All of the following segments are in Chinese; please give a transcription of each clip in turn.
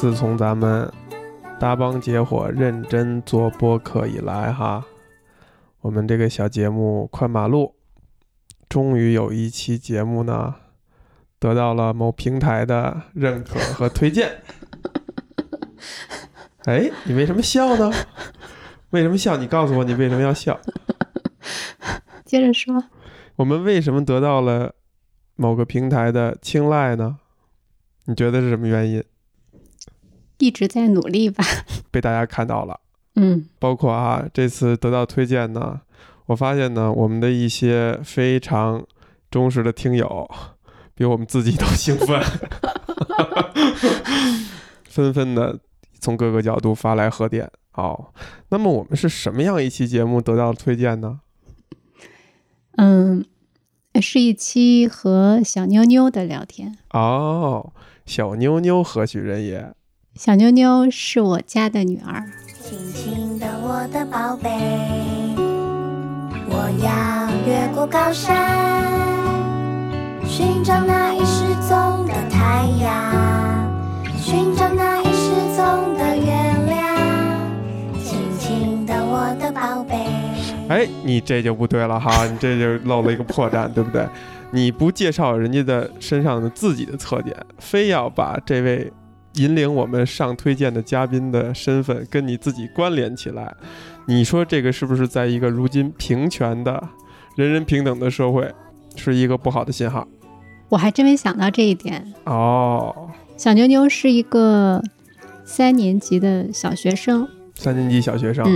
自从咱们搭帮结伙认真做播客以来哈，我们这个小节目快马路终于有一期节目呢得到了某平台的认可和推荐。哎，你为什么笑呢？为什么笑？你告诉我你为什么要笑。 接着说， 我们为什么得到了某个平台的青睐呢？你觉得是什么原因？ 一直在努力吧。 被大家看到了。包括这次得到推荐呢，我发现呢，我们的一些非常忠实的听友比我们自己都兴奋。纷纷的从各个角度发来贺电。那么我们是什么样一期节目得到推荐呢？ 是一期和小妞妞的聊天。 小妞妞何许人也？ 小妞妞是我家的女儿。 轻轻的我的宝贝，我要越过高山，寻找那已失踪的太阳，寻找那已失踪的月亮，轻轻的我的宝贝。 你这就不对了哈，你这就漏了一个破绽，对不对？你不介绍人家的身上的自己的特点，非要把这位引领我们上推荐的嘉宾的身份跟你自己关联起来，你说这个是不是在一个如今平权的人人平等的社会是一个不好的信号？ 我还真没想到这一点。 小妞妞是一个3年级的小学生。 3年级小学生。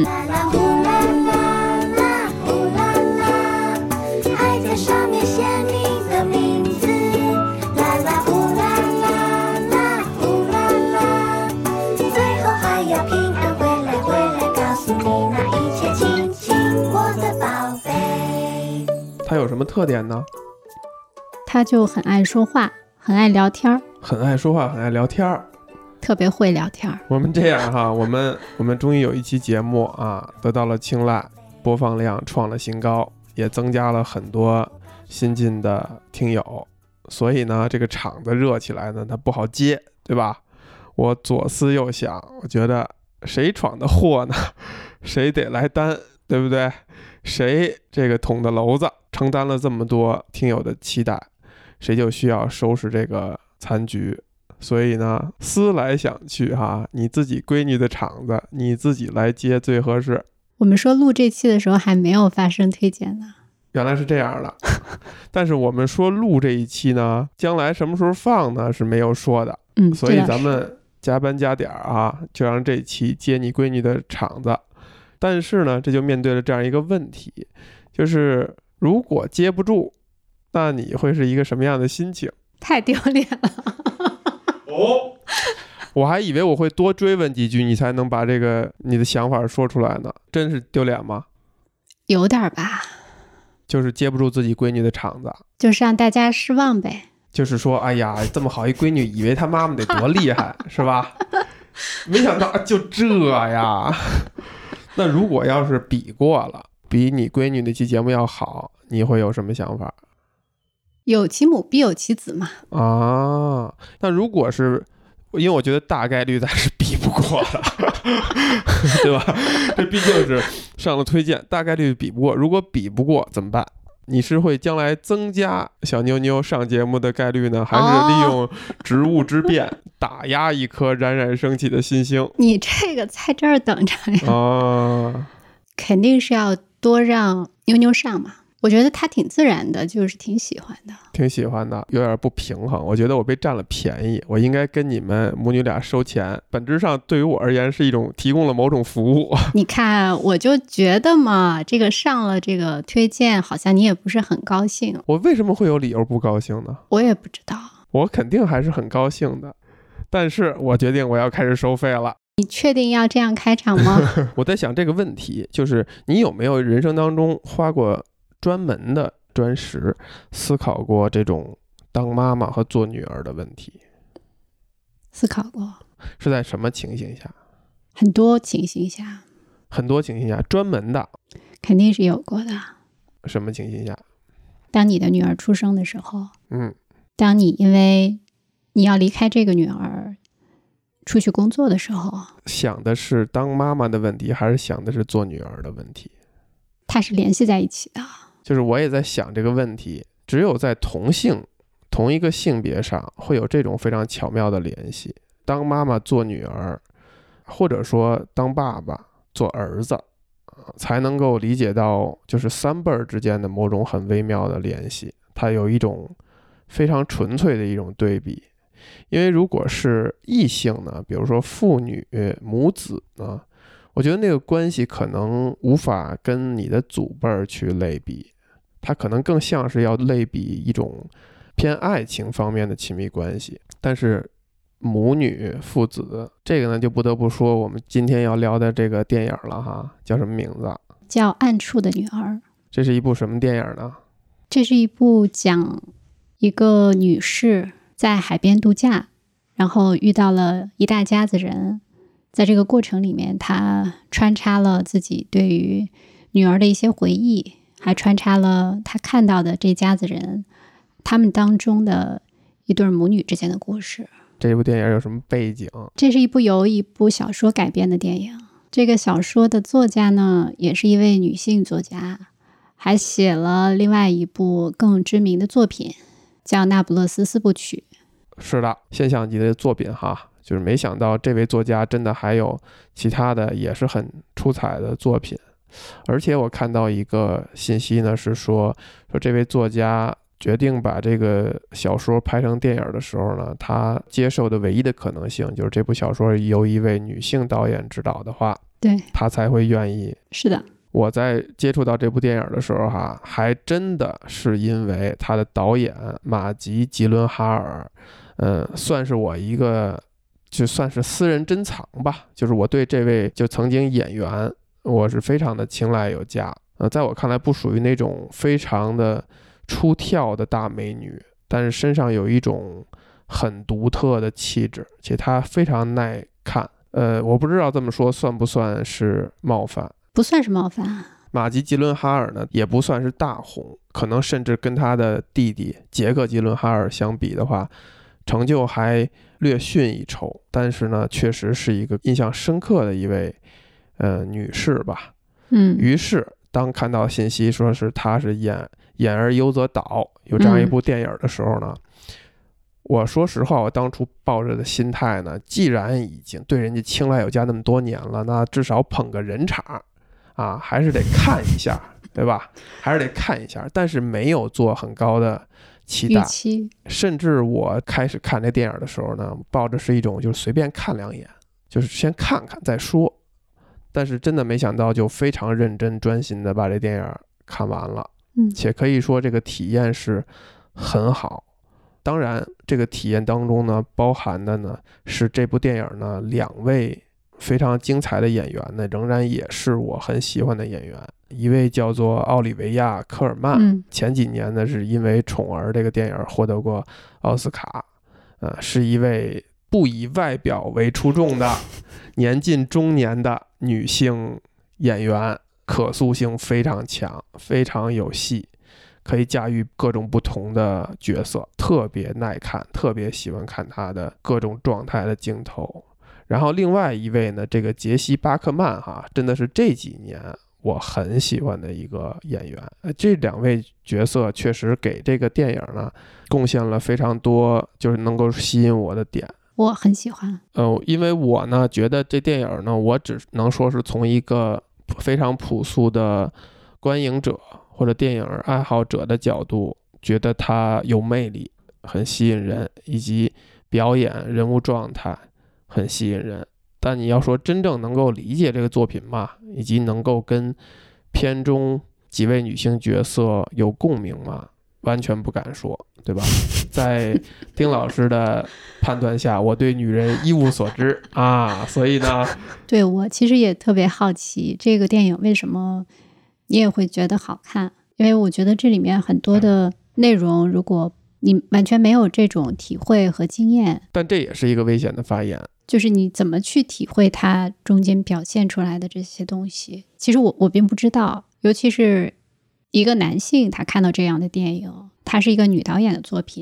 还在上面写你的名字，啦啦呼啦啦啦呼啦啦，最后还要平安回来告诉你那一切，亲亲我的宝贝。 他有什么特点呢？ 他就很爱说话，很爱聊天。 很爱说话，很爱聊天， 特别会聊天。 我们这样哈，我们终于有一期节目得到了青睐，播放量创了新高，也增加了很多新进的听友，所以呢，这个场子热起来呢，它不好接，对吧？我左思右想，我觉得谁闯的祸呢？谁得来担，对不对？谁这个捅的娄子，承担了这么多听友的期待，谁就需要收拾这个残局。所以呢，思来想去你自己闺女的场子，你自己来接最合适。 我们说录这期的时候还没有发生推荐呢。 原来是这样的。但是我们说录这一期呢，将来什么时候放呢是没有说的。所以咱们加班加点就让这一期接你闺女的场子。但是呢，这就面对了这样一个问题，就是如果接不住，那你会是一个什么样的心情？ 太丢脸了。 我还以为我会多追问几句，你才能把这个你的想法说出来呢。真是丢脸吗？ 有点吧。 就是接不住自己闺女的场子， 就是让大家失望呗。 就是说，哎呀，这么好一闺女，以为她妈妈得多厉害，是吧？没想到就这呀。那如果要是比过了，比你闺女那期节目要好，你会有什么想法？ 有其母必有其子嘛。 那如果是，因为我觉得大概率咱是比不过的。对吧？这毕竟是上了推荐，大概率比不过。如果比不过怎么办？你是会将来增加小妞妞上节目的概率呢，还是利用职务之便打压一颗冉冉升起的新星？ 你这个在这儿等着呀。肯定是要多让妞妞上嘛。我觉得他挺自然的，就是挺喜欢的， 有点不平衡。我觉得我被占了便宜，我应该跟你们母女俩收钱。本质上对于我而言是一种提供了某种服务。 你看，我就觉得嘛，这个上了这个推荐，好像你也不是很高兴。 我为什么会有理由不高兴呢？ 我也不知道。 我肯定还是很高兴的，但是我决定我要开始收费了。 你确定要这样开场吗？ 我在想这个问题，就是你有没有人生当中花过专门的专时思考过这种当妈妈和做女儿的问题？ 思考过。 是在什么情形下？ 很多情形下。 专门的肯定是有过的。 什么情形下？ 当你的女儿出生的时候。 嗯。 当你因为你要离开这个女儿， 出去工作的时候。 想的是当妈妈的问题，还是想的是做女儿的问题？ 它是联系在一起的。 就是我也在想这个问题，只有在同一个性别上会有这种非常巧妙的联系。当妈妈做女儿，或者说当爸爸做儿子，才能够理解到就是三辈儿之间的某种很微妙的联系，它有一种非常纯粹的一种对比。因为如果是异性呢，比如说父女母子呢，我觉得那个关系可能无法跟你的祖辈儿去类比，它可能更像是要类比一种偏爱情方面的亲密关系。但是母女父子这个呢，就不得不说我们今天要聊的这个电影了哈，叫什么名字？ 叫《暗处的女儿》。 这是一部什么电影呢？ 这是一部讲一个女士在海边度假，然后遇到了一大家子人，在这个过程里面，她穿插了自己对于女儿的一些回忆，还穿插了她看到的这家子人他们当中的一对母女之间的故事。 这部电影有什么背景？ 这是由一部小说改编的电影。这个小说的作家呢，也是一位女性作家，还写了另外一部更知名的作品，叫《那不勒斯四部曲》。 是的，现象级的作品哈，就是没想到这位作家真的还有其他的也是很出彩的作品。而且我看到一个信息呢，是说这位作家决定把这个小说拍成电影的时候呢，他接受的唯一的可能性就是这部小说由一位女性导演执导的话， 对， 他才会愿意。 是的， 我在接触到这部电影的时候哈，还真的是因为他的导演马吉·吉伦哈尔，算是我一个就算是私人珍藏吧，就是我对这位就曾经演员我是非常的青睐有加。在我看来不属于那种非常的出挑的大美女，但是身上有一种很独特的气质，且她非常耐看。我不知道这么说算不算是冒犯？ 不算是冒犯。 马吉·吉伦哈尔呢，也不算是大红，可能甚至跟他的弟弟杰克·吉伦哈尔相比的话，成就还略逊一筹。但是呢，确实是一个印象深刻的一位女士吧。于是当看到信息说是她是演而优则导有这样一部电影的时候呢，我说实话，我当初抱着的心态呢，既然已经对人家青睐有加那么多年了，那至少捧个人场啊，还是得看一下，对吧？还是得看一下，但是没有做很高的期待。甚至我开始看这电影的时候呢，抱着是一种就是随便看两眼，就是先看看再说。但是真的没想到，就非常认真专心的把这电影看完了，且可以说这个体验是很好。当然这个体验当中呢，包含的呢是这部电影呢两位非常精彩的演员呢，仍然也是我很喜欢的演员。一位叫做奥利维亚·科尔曼，前几年呢是因为《宠儿》这个电影获得过奥斯卡，是一位不以外表为出众的年近中年的女性演员，可塑性非常强，非常有戏，可以驾驭各种不同的角色，特别耐看，特别喜欢看她的各种状态的镜头。然后另外一位呢，这个杰西·巴克曼哈，真的是这几年我很喜欢的一个演员。这两位角色确实给这个电影呢贡献了非常多，就是能够吸引我的点。 我很喜欢。 因为我呢觉得这电影呢，我只能说是从一个非常朴素的观影者或者电影爱好者的角度，觉得它有魅力，很吸引人，以及表演人物状态很吸引人。但你要说真正能够理解这个作品嘛，以及能够跟片中几位女性角色有共鸣嘛，完全不敢说，对吧？在丁老师的判断下，我对女人一无所知啊，所以呢， 对，我其实也特别好奇这个电影为什么你也会觉得好看，因为我觉得这里面很多的内容，如果你完全没有这种体会和经验， 但这也是一个危险的发言， 就是你怎么去体会它中间表现出来的这些东西，其实我并不知道。尤其是一个男性他看到这样的电影，它是一个女导演的作品，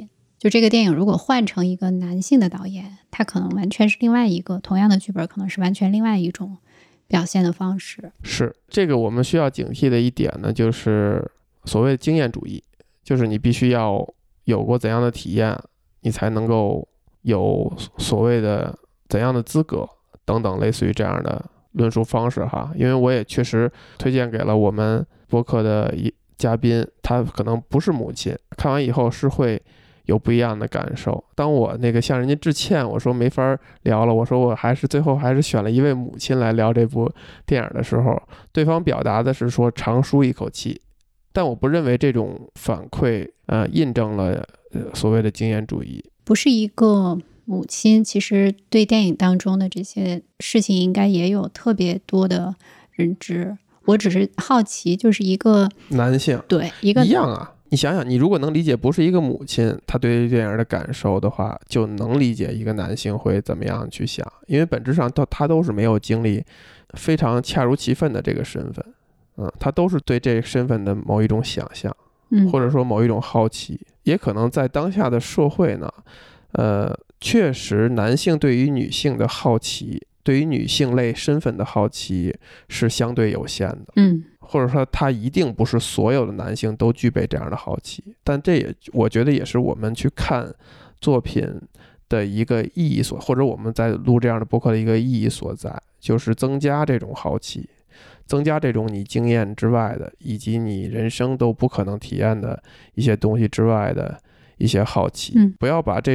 就这个电影如果换成一个男性的导演，他可能完全是另外一个，同样的剧本可能是完全另外一种表现的方式。 是这个我们需要警惕的一点呢，就是所谓的经验主义，就是你必须要有过怎样的体验，你才能够有所谓的怎样的资格等等，类似于这样的论述方式哈。因为我也确实推荐给了我们播客的嘉宾，他可能不是母亲，看完以后是会有不一样的感受。当我那个向人家致歉，我说没法聊了，我说我最后还是选了一位母亲来聊这部电影的时候，对方表达的是说长舒一口气，但我不认为这种反馈印证了所谓的经验主义。 不是一个母亲，其实对电影当中的这些事情应该也有特别多的认知。我只是好奇，就是一个男性， 对，一个一样啊。你想想，你如果能理解不是一个母亲她对于电影的感受的话，就能理解一个男性会怎么样去想，因为本质上他都是没有经历非常恰如其分的这个身份，他都是对这个身份的某一种想象，或者说某一种好奇，也可能在当下的社会呢，确实男性对于女性的好奇，对于女性类身份的好奇是相对有限的，或者说他一定不是所有的男性都具备这样的好奇，但这也我觉得也是我们去看作品的一个意义或者我们在录这样的播客的一个意义所在，就是增加这种好奇，增加这种你经验之外的，以及你人生都不可能体验的一些东西之外的一些好奇，不要把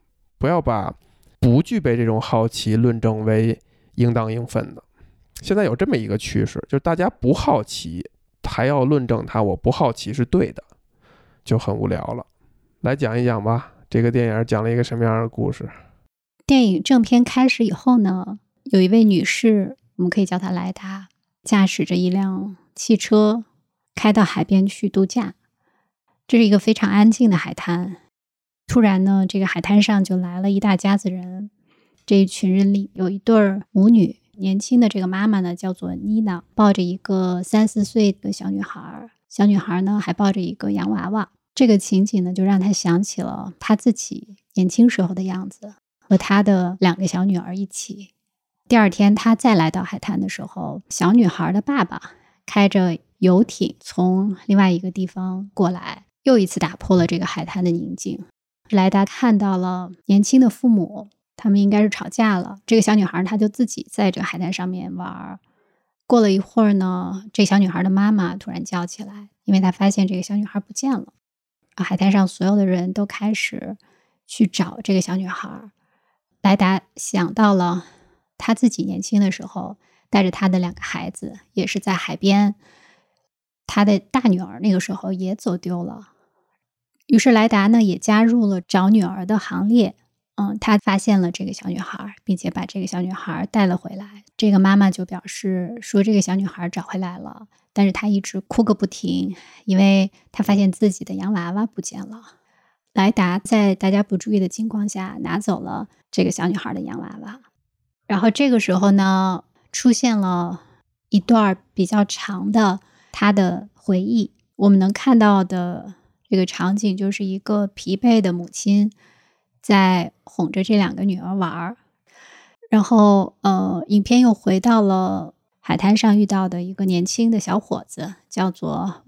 不具备这种好奇论证为应当应分的。现在有这么一个趋势，就是大家不好奇还要论证它我不好奇是对的，就很无聊了。来讲一讲吧，这个电影讲了一个什么样的故事？ 电影正片开始以后呢，有一位女士，我们可以叫她莱达，驾驶着一辆汽车开到海边去度假。这是一个非常安静的海滩，突然呢，这个海滩上就来了一大家子人。这一群人里有一对母女，年轻的这个妈妈呢叫做妮娜，抱着一个3-4岁的小女孩，小女孩呢还抱着一个洋娃娃。这个情景呢就让她想起了她自己年轻时候的样子，和她的2个小女儿一起。第二天她再来到海滩的时候，小女孩的爸爸开着游艇从另外一个地方过来，又一次打破了这个海滩的宁静。莱达看到了年轻的父母，他们应该是吵架了。这个小女孩她就自己在这个海滩上面玩。过了一会儿呢，这小女孩的妈妈突然叫起来，因为她发现这个小女孩不见了。海滩上所有的人都开始去找这个小女孩。莱达想到了她自己年轻的时候带着她的2个孩子，也是在海边，她的大女儿那个时候也走丢了。于是莱达呢也加入了找女儿的行列。他发现了这个小女孩，并且把这个小女孩带了回来。这个妈妈就表示说，这个小女孩找回来了，但是她一直哭个不停，因为她发现自己的洋娃娃不见了。莱达在大家不注意的情况下拿走了这个小女孩的洋娃娃。然后这个时候呢，出现了一段比较长的她的回忆。我们能看到的这个场景就是一个疲惫的母亲在哄着这2个女儿玩。然后影片又回到了海滩上遇到的一个年轻的小伙子，叫做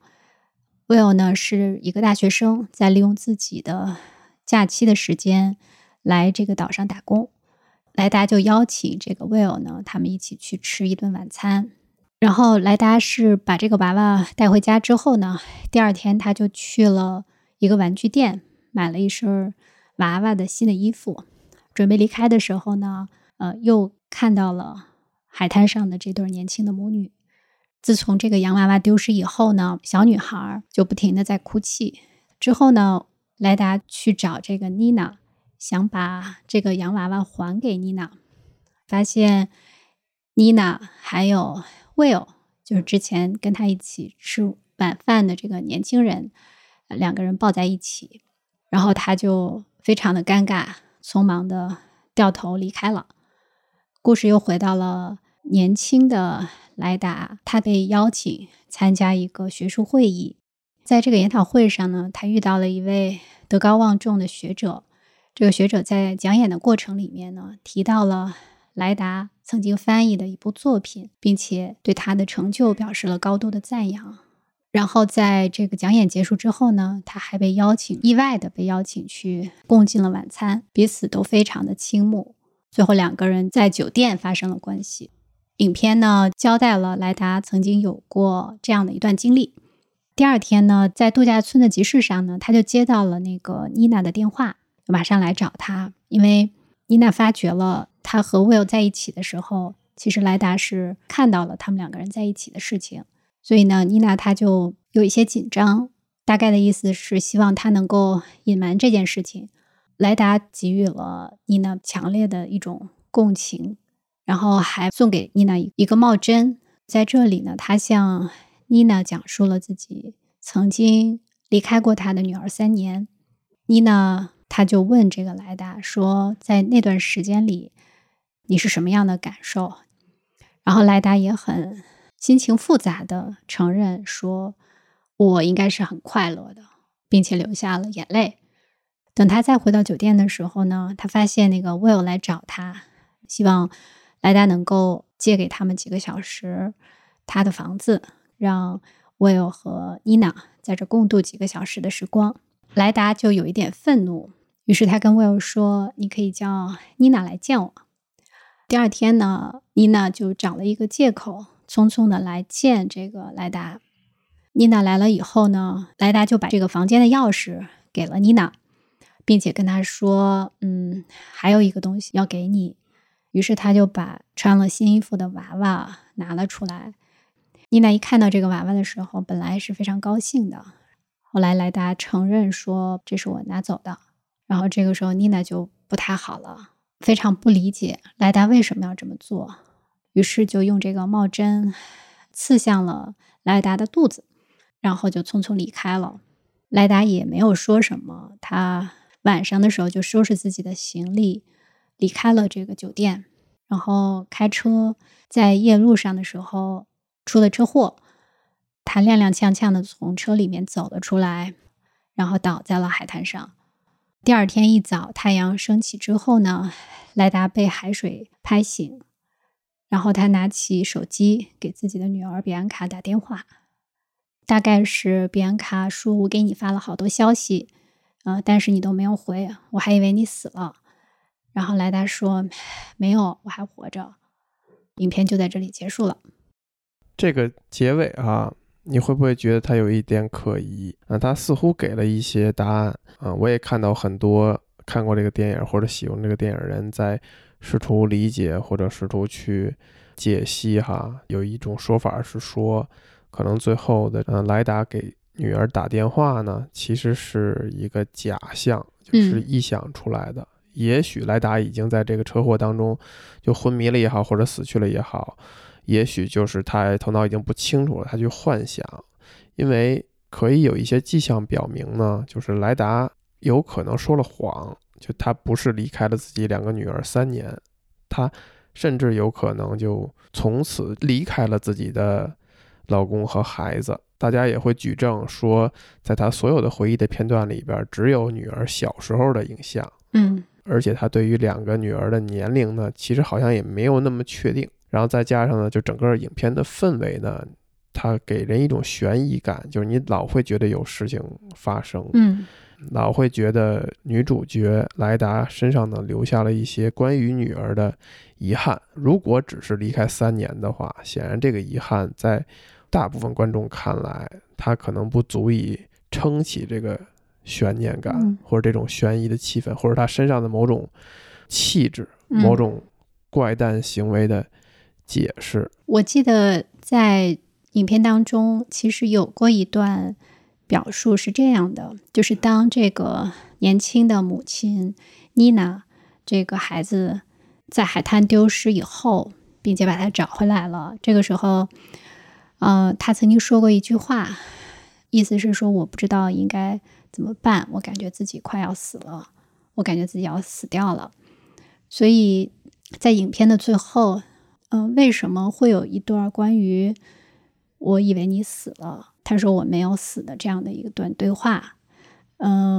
Will。Will 呢是一个大学生，在利用自己的假期的时间来这个岛上打工。莱达就邀请这个 Will 呢，他们一起去吃一顿晚餐。然后莱达是把这个娃娃带回家之后呢，第二天他就去了一个玩具店，买了一身娃娃的新的衣服。准备离开的时候呢，又看到了海滩上的这对年轻的母女。自从这个洋娃娃丢失以后呢，小女孩就不停地在哭泣。之后呢，莱达去找这个妮娜，想把这个洋娃娃还给妮娜，发现妮娜还有 Will， 就是之前跟他一起吃晚饭的这个年轻人，2个人抱在一起。然后他就非常的尴尬，匆忙的掉头离开了。故事又回到了年轻的莱达，他被邀请参加一个学术会议。在这个研讨会上呢，他遇到了一位德高望重的学者。这个学者在讲演的过程里面呢，提到了莱达曾经翻译的一部作品，并且对他的成就表示了高度的赞扬。然后在这个讲演结束之后呢，他还意外的被邀请去共进了晚餐，彼此都非常的倾慕。最后2个人在酒店发生了关系。影片呢交代了莱达曾经有过这样的一段经历。第2天呢，在度假村的集市上呢，他就接到了那个妮娜的电话，马上来找他。因为妮娜发觉了他和 Will 在一起的时候，其实莱达是看到了他们2个人在一起的事情，所以呢，妮娜她就有一些紧张，大概的意思是希望他能够隐瞒这件事情。莱达给予了妮娜强烈的一种共情，然后还送给妮娜一个帽针。在这里呢，他向妮娜讲述了自己曾经离开过他的女儿3年。妮娜她就问这个莱达说，在那段时间里你是什么样的感受？然后莱达也很心情复杂的承认说，我应该是很快乐的，并且流下了眼泪。等他再回到酒店的时候呢，他发现那个 Will 来找他，希望莱达能够借给他们几个小时他的房子，让 Will 和妮娜在这共度几个小时的时光。莱达就有一点愤怒，于是他跟 Will 说，你可以叫妮娜来见我。第2天呢，妮娜就找了一个借口，匆匆的来见这个莱达。妮娜来了以后呢，莱达就把这个房间的钥匙给了妮娜，并且跟他说，还有一个东西要给你。于是他就把穿了新衣服的娃娃拿了出来。妮娜一看到这个娃娃的时候，本来是非常高兴的，后来莱达承认说，这是我拿走的。然后这个时候妮娜就不太好了，非常不理解莱达为什么要这么做，于是就用这个帽针刺向了莱达的肚子，然后就匆匆离开了。莱达也没有说什么，他晚上的时候就收拾自己的行李离开了这个酒店，然后开车在夜路上的时候出了车祸，他踉踉跄跄的从车里面走了出来，然后倒在了海滩上。第2天一早，太阳升起之后呢，莱达被海水拍醒，然后他拿起手机给自己的女儿比安卡打电话，大概是比安卡说，我给你发了好多消息，但是你都没有回，我还以为你死了。然后莱达说，没有，我还活着。影片就在这里结束了。 这个结尾啊，你会不会觉得它有一点可疑？它似乎给了一些答案我也看到很多看过这个电影或者喜欢这个电影人在试图理解或者试图去解析有一种说法是说，可能最后的莱达给女儿打电话呢，其实是一个假象，就是臆想出来的。也许莱达已经在这个车祸当中就昏迷了也好，或者死去了也好，也许就是他头脑已经不清楚了，他去幻想。因为可以有一些迹象表明呢，就是莱达有可能说了谎，就他不是离开了自己2个女儿3年，他甚至有可能就从此离开了自己的老公和孩子。大家也会举证说，在他所有的回忆的片段里边，只有女儿小时候的影像。而且他对于2个女儿的年龄呢，其实好像也没有那么确定。然后再加上呢，就整个影片的氛围呢，它给人一种悬疑感，就是你老会觉得有事情发生，老会觉得女主角莱达身上呢留下了一些关于女儿的遗憾。如果只是离开3年的话，显然这个遗憾在大部分观众看来，它可能不足以撑起这个悬念感，或者这种悬疑的气氛，或者他身上的某种气质，某种怪诞行为的解释。 我记得在影片当中其实有过一段表述是这样的，就是当这个年轻的母亲妮娜这个孩子在海滩丢失以后，并且把他找回来了，这个时候他曾经说过一句话，意思是说，我不知道应该怎么办，我感觉自己快要死了，我感觉自己要死掉了。所以在影片的最后为什么会有一段关于我以为你死了，他说我没有死的这样的一段对话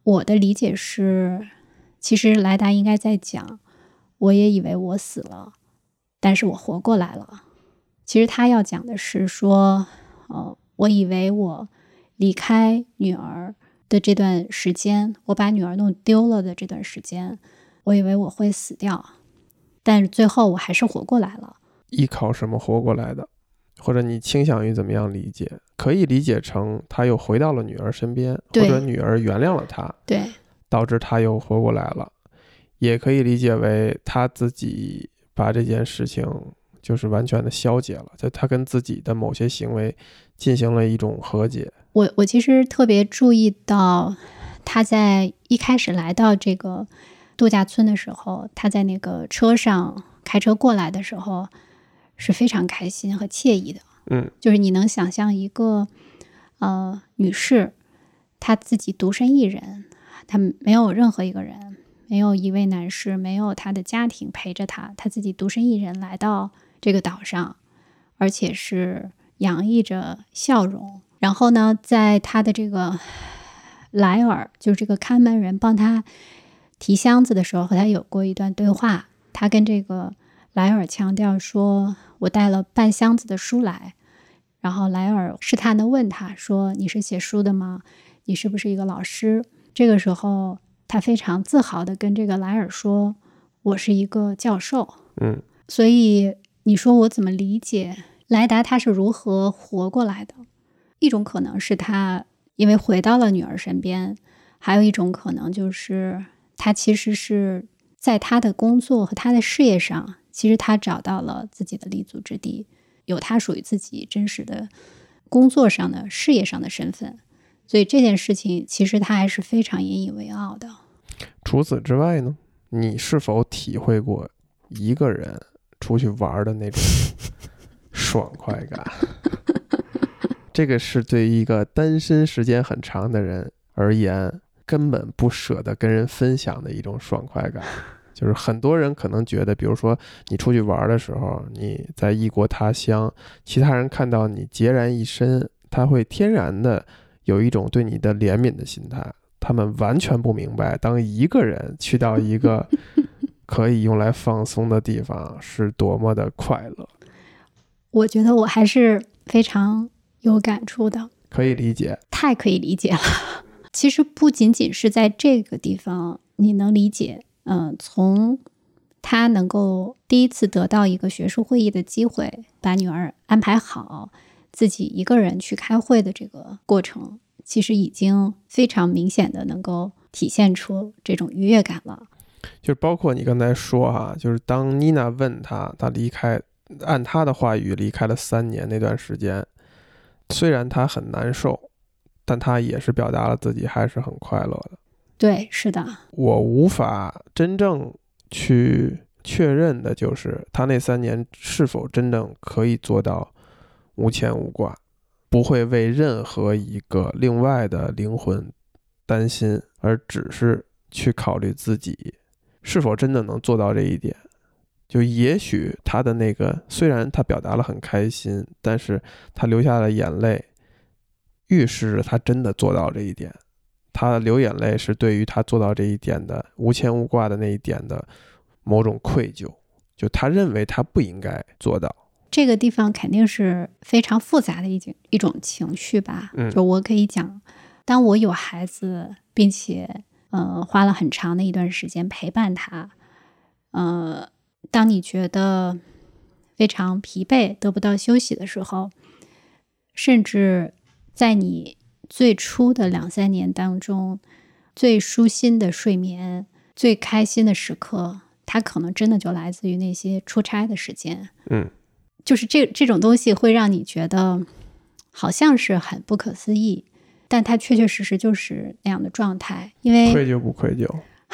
我的理解是，其实莱达应该在讲，我也以为我死了，但是我活过来了。其实他要讲的是说，我以为我离开女儿的这段时间，我把女儿弄丢了的这段时间，我以为我会死掉，但是最后我还是活过来了。 依靠什么活过来的？或者你倾向于怎么样理解？可以理解成他又回到了女儿身边，或者女儿原谅了他， 对， 导致他又活过来了。也可以理解为他自己把这件事情就是完全的消解了，就他跟自己的某些行为进行了一种和解。 我其实特别注意到他在一开始来到这个度假村的时候，他在那个车上开车过来的时候是非常开心和惬意的。就是你能想象一个女士，她自己独身一人，她没有任何一个人，没有一位男士，没有她的家庭陪着她，她自己独身一人来到这个岛上，而且是洋溢着笑容。然后呢，在她的这个莱尔，就是这个看门人帮她提箱子的时候，和她有过一段对话。她跟这个莱尔强调说，我带了半箱子的书来。然后莱尔试探地问他说，你是写书的吗？你是不是一个老师？这个时候他非常自豪地跟这个莱尔说，我是一个教授。所以你说我怎么理解莱达他是如何活过来的？一种可能是他因为回到了女儿身边，还有一种可能就是他其实是在他的工作和他的事业上，其实他找到了自己的立足之地，有他属于自己真实的工作上的事业上的身份，所以这件事情其实他还是非常引以为傲的。 除此之外呢，你是否体会过一个人出去玩的那种爽快感？这个是对于一个单身时间很长的人而言根本不舍得跟人分享的一种爽快感。就是很多人可能觉得，比如说你出去玩的时候，你在异国他乡，其他人看到你孑然一身，他会天然的有一种对你的怜悯的心态。他们完全不明白，当一个人去到一个可以用来放松的地方是多么的快乐。 我觉得我还是非常有感触的。 可以理解， 太可以理解了。其实不仅仅是在这个地方你能理解，从他能够第一次得到一个学术会议的机会，把女儿安排好，自己一个人去开会的这个过程，其实已经非常明显的能够体现出这种愉悦感了。 就是包括你刚才说哈，就是当妮娜问他离开，按他的话语离开了3年那段时间，虽然他很难受，但他也是表达了自己还是很快乐的。 对，是的。 我无法真正去确认的就是他那3年是否真正可以做到无牵无挂，不会为任何一个另外的灵魂担心，而只是去考虑自己是否真的能做到这一点。就也许他的那个，虽然他表达了很开心，但是他流下了眼泪，预示着他真的做到这一点。他流眼泪是对于他做到这一点的无牵无挂的那一点的某种愧疚，就他认为他不应该做到。 这个地方肯定是非常复杂的一种情绪吧。就我可以讲，当我有孩子，并且花了很长的一段时间陪伴他，当你觉得非常疲惫，得不到休息的时候，甚至在你最初的2-3年当中，最舒心的睡眠，最开心的时刻，它可能真的就来自于那些出差的时间。就是这种东西会让你觉得好像是很不可思议，但它确确实实就是那样的状态。因为愧疚不愧疚？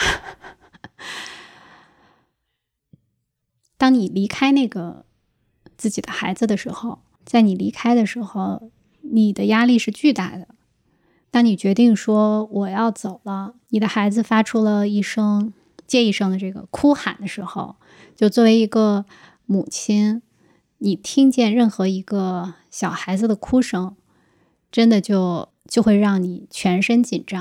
当你离开那个自己的孩子的时候，在你离开的时候，你的压力是巨大的。当你决定说我要走了，你的孩子发出了接一声的这个哭喊的时候，就作为一个母亲，你听见任何一个小孩子的哭声，真的就会让你全身紧张。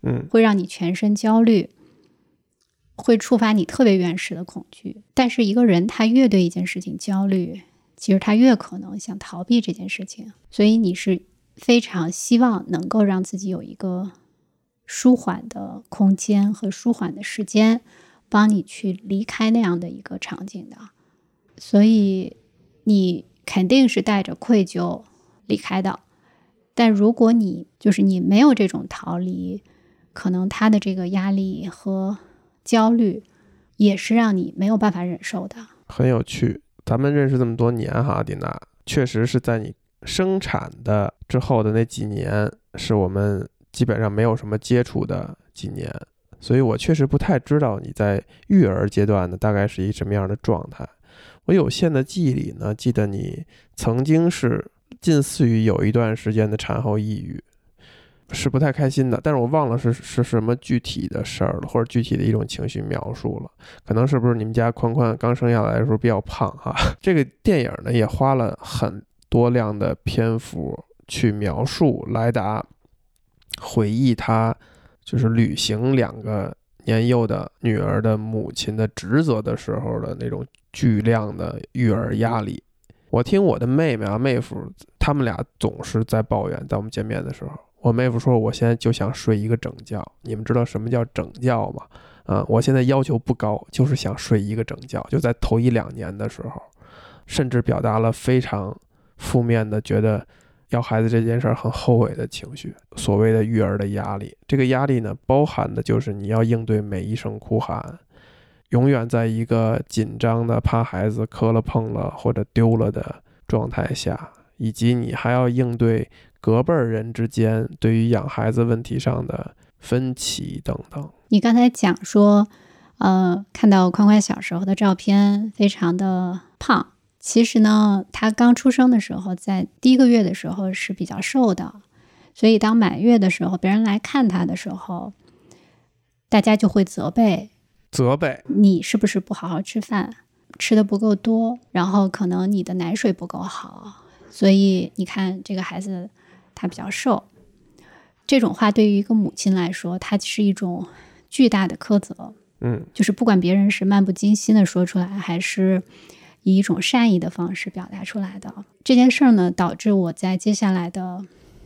会让你全身焦虑，会触发你特别原始的恐惧。但是一个人他越对一件事情焦虑，其实他越可能想逃避这件事情。所以你是非常希望能够让自己有一个舒缓的空间和舒缓的时间，帮你去离开那样的一个场景的。所以你肯定是带着愧疚离开的。但如果你没有这种逃离，可能他的这个压力和焦虑也是让你没有办法忍受的。 很有趣，咱们认识这么多年哈，蒂娜，确实是在你生产的之后的那几年是我们基本上没有什么接触的几年，所以我确实不太知道你在育儿阶段呢大概是一什么样的状态。我有限的记忆里呢，记得你曾经是近似于有一段时间的产后抑郁，是不太开心的，但是我忘了是什么具体的事儿了，或者具体的一种情绪描述了。可能是不是你们家宽宽刚生下来的时候比较胖哈？这个电影呢也花了很多量的篇幅去描述莱达回忆他就是履行2个年幼的女儿的母亲的职责的时候的那种巨量的育儿压力。我听我的妹妹妹夫他们俩总是在抱怨，在我们见面的时候，我妹夫说我现在就想睡一个整觉。你们知道什么叫整觉吗？我现在要求不高，就是想睡一个整觉。就在头1-2年的时候，甚至表达了非常负面的觉得要孩子这件事很后悔的情绪。所谓的育儿的压力，这个压力呢包含的就是你要应对每一声哭喊，永远在一个紧张的怕孩子磕了碰了或者丢了的状态下，以及你还要应对隔辈人之间对于养孩子问题上的分歧等等。 你刚才讲说看到宽宽小时候的照片非常的胖，其实呢他刚出生的时候在第1个月的时候是比较瘦的，所以当满月的时候别人来看他的时候，大家就会责备你是不是不好好吃饭，吃的不够多，然后可能你的奶水不够好，所以你看这个孩子他比较瘦。这种话对于一个母亲来说，它是一种巨大的苛责。就是不管别人是漫不经心的说出来，还是以一种善意的方式表达出来的。这件事呢，导致我在接下来的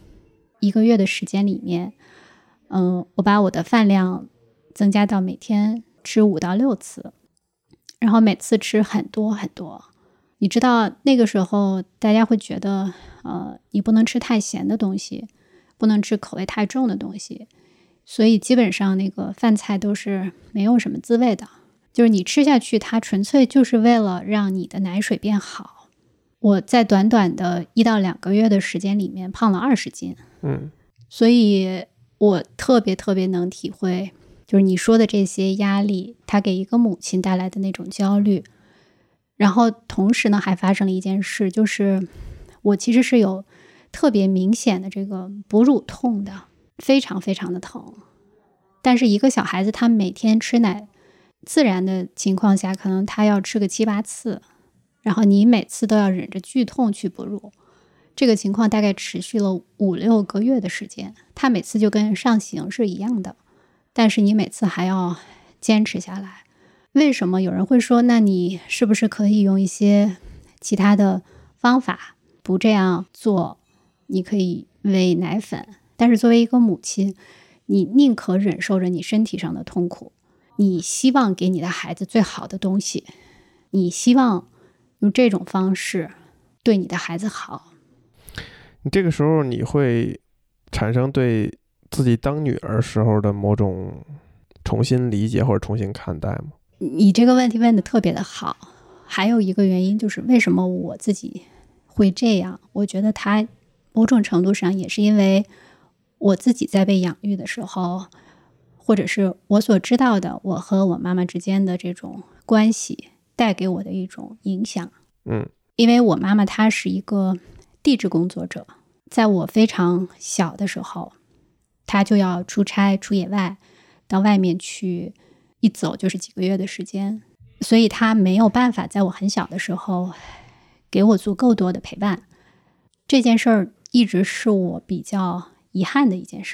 1个月的时间里面，我把我的饭量增加到每天吃5到6次，然后每次吃很多很多。你知道那个时候大家会觉得你不能吃太咸的东西，不能吃口味太重的东西，所以基本上那个饭菜都是没有什么滋味的，就是你吃下去它纯粹就是为了让你的奶水变好。我在短短的1到2个月的时间里面胖了20斤。所以我特别特别能体会就是你说的这些压力它给一个母亲带来的那种焦虑。然后同时呢还发生了一件事，就是我其实是有特别明显的这个哺乳痛的，非常非常的疼。但是一个小孩子他每天吃奶自然的情况下可能他要吃个7-8次，然后你每次都要忍着剧痛去哺乳，这个情况大概持续了5-6个月的时间。他每次就跟上刑是一样的，但是你每次还要坚持下来。为什么有人会说那你是不是可以用一些其他的方法不这样做，你可以喂奶粉，但是作为一个母亲，你宁可忍受着你身体上的痛苦，你希望给你的孩子最好的东西，你希望用这种方式对你的孩子好。 你这个时候你会产生对自己当女儿时候的某种重新理解或者重新看待吗？ 你这个问题问得特别的好。还有一个原因就是为什么我自己会这样，我觉得它某种程度上也是因为我自己在被养育的时候，或者是我所知道的我和我妈妈之间的这种关系带给我的一种影响。因为我妈妈她是一个地质工作者，在我非常小的时候她就要出差出野外，到外面去，一走就是几个月的时间，所以她没有办法在我很小的时候给我足够多的陪伴。这件事儿一直是我比较遗憾的一件事儿。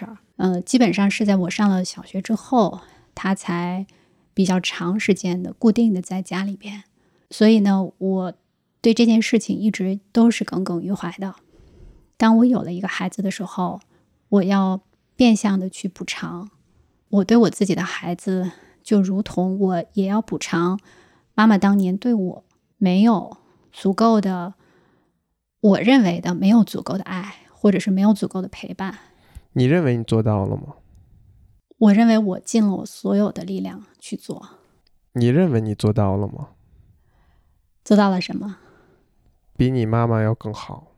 基本上是在我上了小学之后，他才比较长时间的固定的在家里边。所以呢，我对这件事情一直都是耿耿于怀的。当我有了一个孩子的时候，我要变相的去补偿我对我自己的孩子，就如同我也要补偿妈妈当年对我没有足够的，我认为的没有足够的爱，或者是没有足够的陪伴。 你认为你做到了吗？ 我认为我尽了我所有的力量去做。 你认为你做到了吗？ 做到了什么？ 比你妈妈要更好。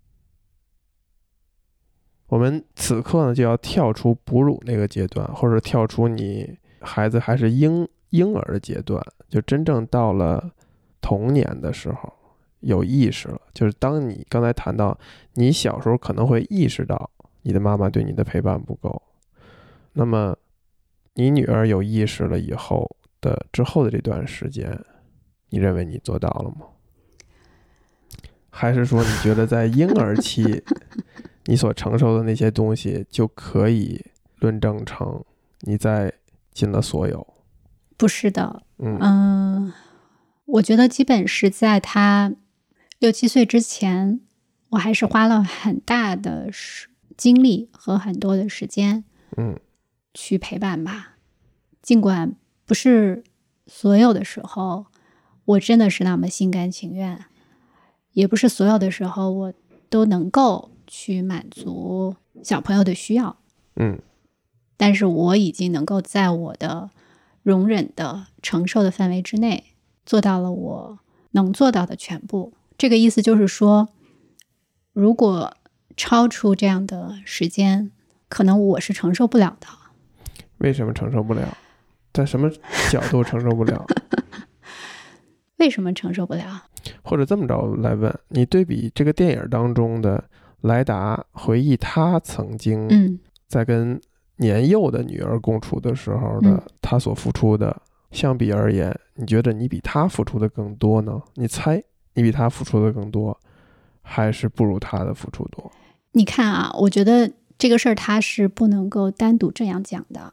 我们此刻呢，就要跳出哺乳那个阶段，或者跳出你孩子还是婴儿的阶段，就真正到了童年的时候，有意识了。就是当你刚才谈到你小时候可能会意识到你的妈妈对你的陪伴不够，那么你女儿有意识了以后的之后的这段时间，你认为你做到了吗？还是说你觉得在婴儿期你所承受的那些东西就可以论证成你在尽了所有？ 不是的，我觉得基本是在他6、7岁之前，我还是花了很大的精力和很多的时间去陪伴吧。尽管不是所有的时候我真的是那么心甘情愿，也不是所有的时候我都能够去满足小朋友的需要，但是我已经能够在我的容忍的承受的范围之内做到了我能做到的全部。这个意思就是说，如果超出这样的时间，可能我是承受不了的。 为什么承受不了？在什么角度承受不了？ 为什么承受不了？ 或者这么着来问，你对比这个电影当中的莱达回忆他曾经在跟年幼的女儿共处的时候的他所付出的，相比而言，你觉得你比他付出的更多呢？你猜你比他付出的更多，还是不如他的付出多？ 你看啊，我觉得这个事儿他是不能够单独这样讲的。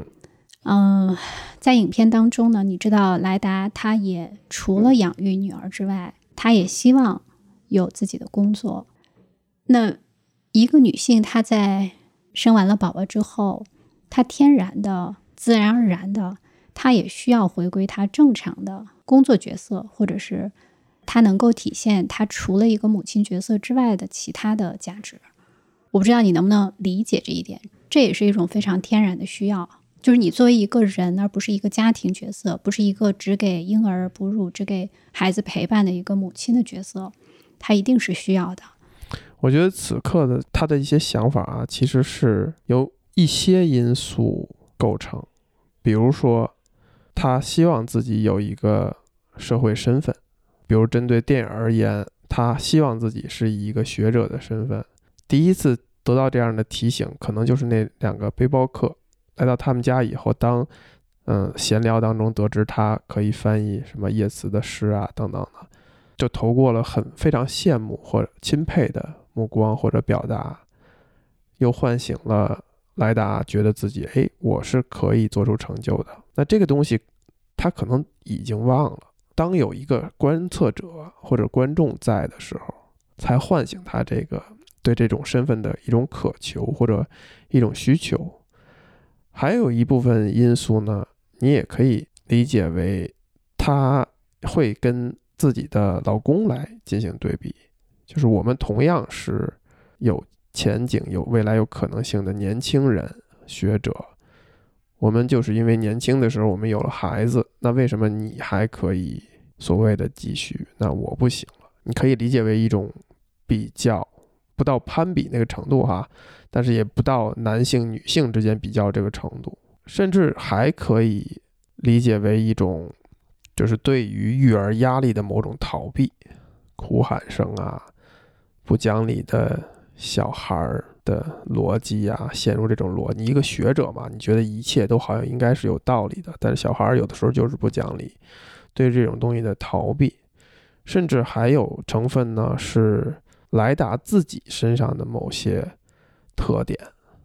在影片当中呢，你知道莱达他也除了养育女儿之外，他也希望有自己的工作。那一个女性她在生完了宝宝之后，她天然的自然而然的她也需要回归她正常的工作角色，或者是她能够体现她除了一个母亲角色之外的其他的价值。我不知道你能不能理解这一点，这也是一种非常天然的需要，就是你作为一个人，而不是一个家庭角色，不是一个只给婴儿哺乳、只给孩子陪伴的一个母亲的角色，她一定是需要的。 我觉得此刻的他的一些想法啊，其实是由一些因素构成。比如说他希望自己有一个社会身份，比如针对电影而言，他希望自己是以一个学者的身份。第一次得到这样的提醒，可能就是那2个背包客来到他们家以后，当闲聊当中得知他可以翻译什么叶慈的诗啊等等的，就投过了非常羡慕或者钦佩的目光或者表达，又唤醒了莱达觉得自己我是可以做出成就的。那这个东西他可能已经忘了，当有一个观测者或者观众在的时候，才唤醒他这个对这种身份的一种渴求或者一种需求。还有一部分因素呢，你也可以理解为他会跟自己的老公来进行对比，就是我们同样是有前景、有未来、有可能性的年轻人、学者，我们就是因为年轻的时候我们有了孩子，那为什么你还可以所谓的继续，那我不行了？你可以理解为一种比较，不到攀比那个程度哈，但是也不到男性女性之间比较这个程度，甚至还可以理解为一种就是对于育儿压力的某种逃避，哭喊声啊，不讲理的小孩的逻辑啊，陷入这种逻辑。你一个学者嘛，你觉得一切都好像应该是有道理的，但是小孩有的时候就是不讲理，对这种东西的逃避。甚至还有成分呢，是莱达自己身上的某些特点。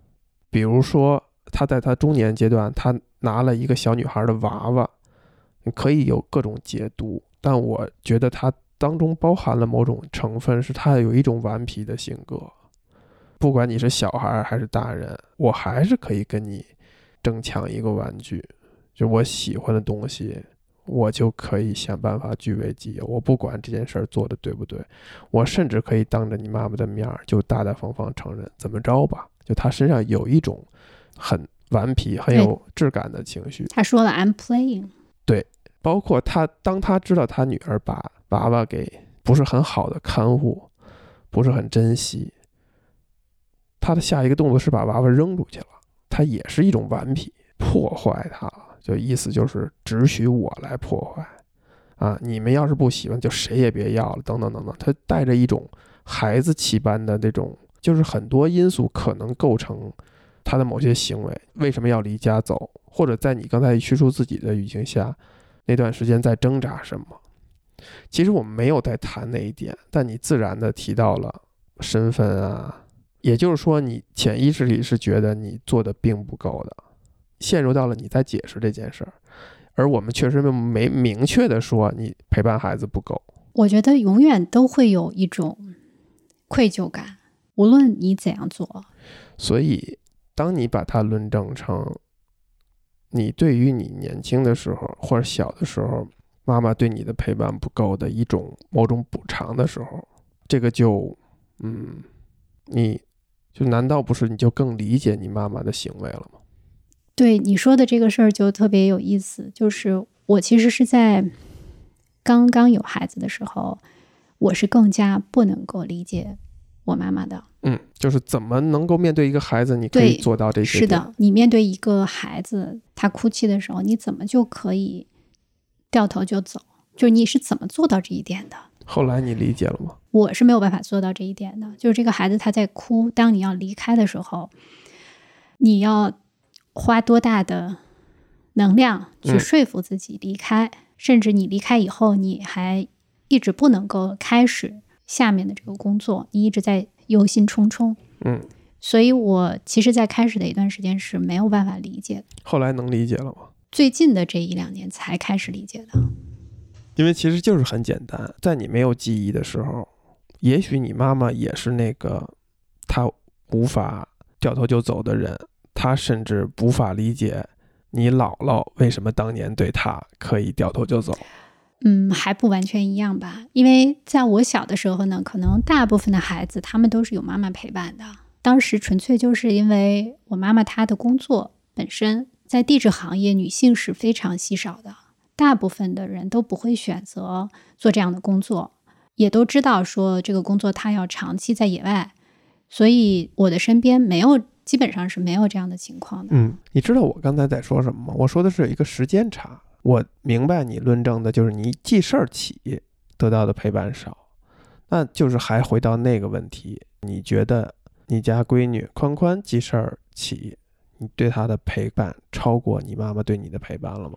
比如说他在他中年阶段，他拿了一个小女孩的娃娃，可以有各种解读，但我觉得他当中包含了某种成分，是他有一种顽皮的性格。不管你是小孩还是大人，我还是可以跟你争抢一个玩具，就我喜欢的东西，我就可以想办法据为己有。我不管这件事儿做的对不对，我甚至可以当着你妈妈的面就大大方方承认，怎么着吧。就他身上有一种很顽皮、很有质感的情绪。 他说了 I'm playing。 对，包括当他知道他女儿把娃娃给不是很好的看护，不是很珍惜，他的下一个动作是把娃娃扔出去了。他也是一种顽皮，破坏它了，就意思就是只许我来破坏啊！你们要是不喜欢，就谁也别要了，等等等等。他带着一种孩子气般的那种，就是很多因素可能构成他的某些行为。为什么要离家走？或者在你刚才叙述自己的语境下，那段时间在挣扎什么？其实我们没有在谈那一点，但你自然的提到了身份啊，也就是说你潜意识里是觉得你做的并不够的，陷入到了你在解释这件事儿，而我们确实没明确的说你陪伴孩子不够。 我觉得永远都会有一种愧疚感，无论你怎样做。 所以当你把它论证成你对于你年轻的时候或者小的时候妈妈对你的陪伴不够的一种某种补偿的时候，这个就你就难道不是你就更理解你妈妈的行为了吗？ 对，你说的这个事儿就特别有意思，就是我其实是在刚刚有孩子的时候，我是更加不能够理解我妈妈的。 就是怎么能够面对一个孩子，你可以做到这些？ 是的，你面对一个孩子，他哭泣的时候，你怎么就可以掉头就走？就是你是怎么做到这一点的？ 后来你理解了吗？ 我是没有办法做到这一点的。就是这个孩子他在哭，当你要离开的时候，你要花多大的能量去说服自己离开，甚至你离开以后，你还一直不能够开始下面的这个工作，你一直在忧心忡忡。所以我其实在开始的一段时间是没有办法理解的。 后来能理解了吗？ 最近的这1-2年才开始理解的。 因为其实就是很简单，在你没有记忆的时候，也许你妈妈也是那个她无法掉头就走的人，她甚至无法理解你姥姥为什么当年对她可以掉头就走。 还不完全一样吧。因为在我小的时候呢，可能大部分的孩子他们都是有妈妈陪伴的。当时纯粹就是因为我妈妈她的工作本身在地质行业，女性是非常稀少的，大部分的人都不会选择做这样的工作，也都知道说这个工作她要长期在野外，所以我的身边基本上是没有这样的情况的。 你知道我刚才在说什么吗？我说的是有一个时间差。我明白你论证的就是你记事儿起得到的陪伴少，那就是还回到那个问题，你觉得你家闺女宽宽记事儿起，你对她的陪伴超过你妈妈对你的陪伴了吗？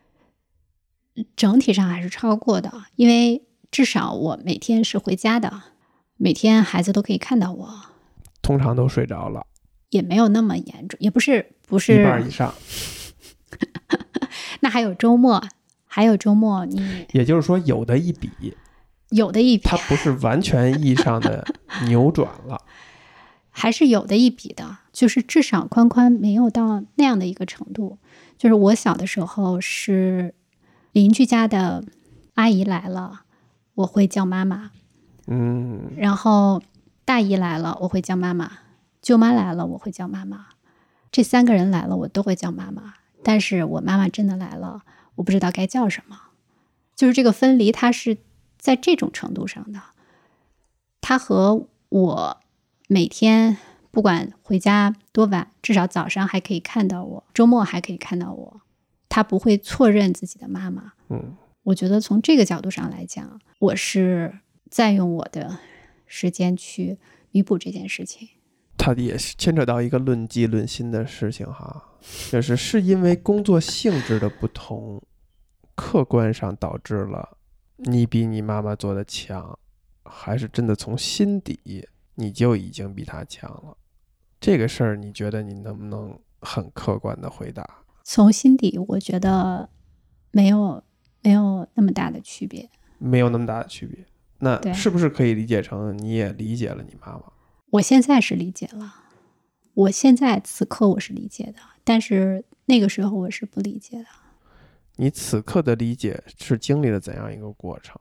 整体上还是超过的，因为至少我每天是回家的，每天孩子都可以看到我。 通常都睡着了， 也没有那么严重，也不是一半以上。 那还有周末也就是说有的一比，它不是完全意义上的扭转了还是有的一比的，就是至少宽宽没有到那样的一个程度。就是我小的时候是邻居家的阿姨来了我会叫妈妈，然后大姨来了我会叫妈妈，舅妈来了我会叫妈妈，这3个人来了我都会叫妈妈。但是我妈妈真的来了，我不知道该叫什么。就是这个分离它是在这种程度上的，它和我每天不管回家多晚，至少早上还可以看到我，周末还可以看到我，他不会错认自己的妈妈。我觉得从这个角度上来讲，我是在用我的时间去弥补这件事情。 它也是牵扯到一个论迹论心的事情哈，是因为工作性质的不同，客观上导致了你比你妈妈做的强，还是真的从心底你就已经比她强了？ 这个事儿你觉得你能不能很客观的回答？ 从心底我觉得没有那么大的区别。 没有那么大的区别。那对是不是可以理解成你也理解了你妈妈？ 我现在是理解了，我现在此刻我是理解的，但是那个时候我是不理解的。 你此刻的理解是经历了怎样一个过程？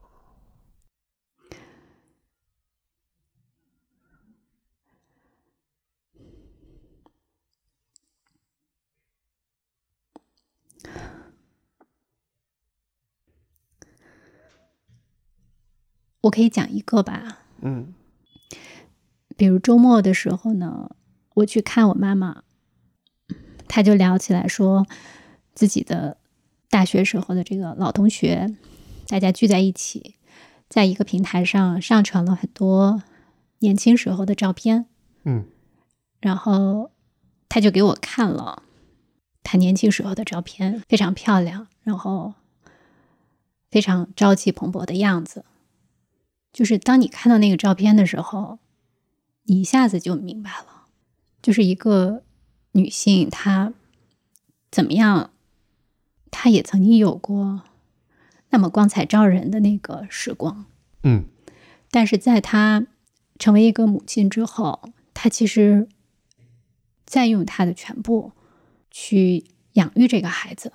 我可以讲一个吧， 嗯比如周末的时候呢，我去看我妈妈，她就聊起来说自己的大学时候的这个老同学，大家聚在一起，在一个平台上上传了很多年轻时候的照片，然后她就给我看了她年轻时候的照片，非常漂亮，然后非常朝气蓬勃的样子。就是当你看到那个照片的时候，你一下子就明白了，就是一个女性她怎么样，她也曾经有过那么光彩照人的那个时光。但是在她成为一个母亲之后，她其实在用她的全部去养育这个孩子。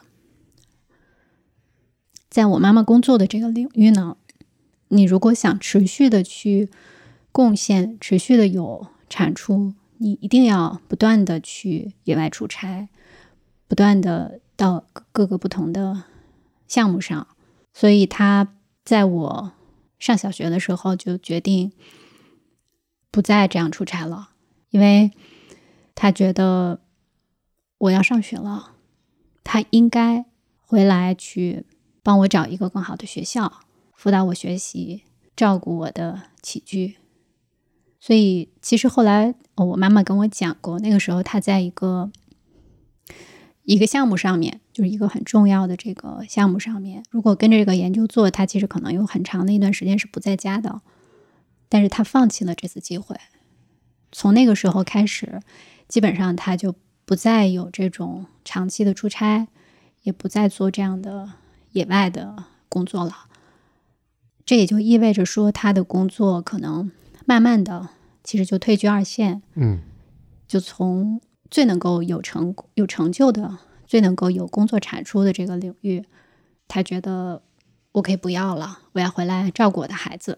在我妈妈工作的这个领域呢，你如果想持续的去贡献，持续的有产出，你一定要不断的去野外出差，不断的到各个不同的项目上。所以他在我上小学的时候就决定不再这样出差了，因为他觉得我要上学了，他应该回来去帮我找一个更好的学校，辅导我学习，照顾我的起居。所以其实后来我妈妈跟我讲过，那个时候她在一个项目上面，就是一个很重要的这个项目上面，如果跟着这个研究做，她其实可能有很长的一段时间是不在家的，但是她放弃了这次机会。从那个时候开始，基本上她就不再有这种长期的出差，也不再做这样的野外的工作了。这也就意味着说，他的工作可能慢慢的其实就退居二线，就从最能够有成就的、最能够有工作产出的这个领域，他觉得我可以不要了，我要回来照顾我的孩子。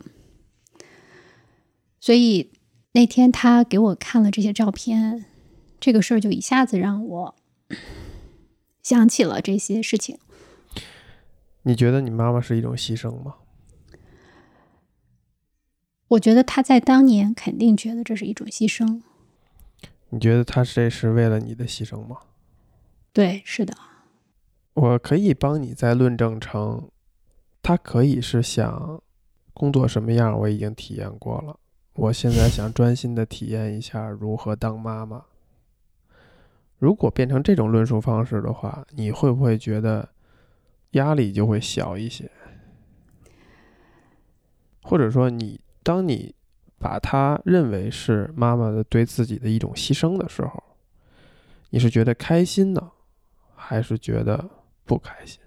所以那天他给我看了这些照片，这个事儿就一下子让我想起了这些事情。 你觉得你妈妈是一种牺牲吗？ 我觉得他在当年肯定觉得这是一种牺牲。 你觉得他这是为了你的牺牲吗？ 对，是的。 我可以帮你再论证成，他可以是想工作什么样我已经体验过了，我现在想专心的体验一下如何当妈妈。如果变成这种论述方式的话，你会不会觉得压力就会小一些？或者说当你把它认为是妈妈的对自己的一种牺牲的时候，你是觉得开心呢，还是觉得不开心？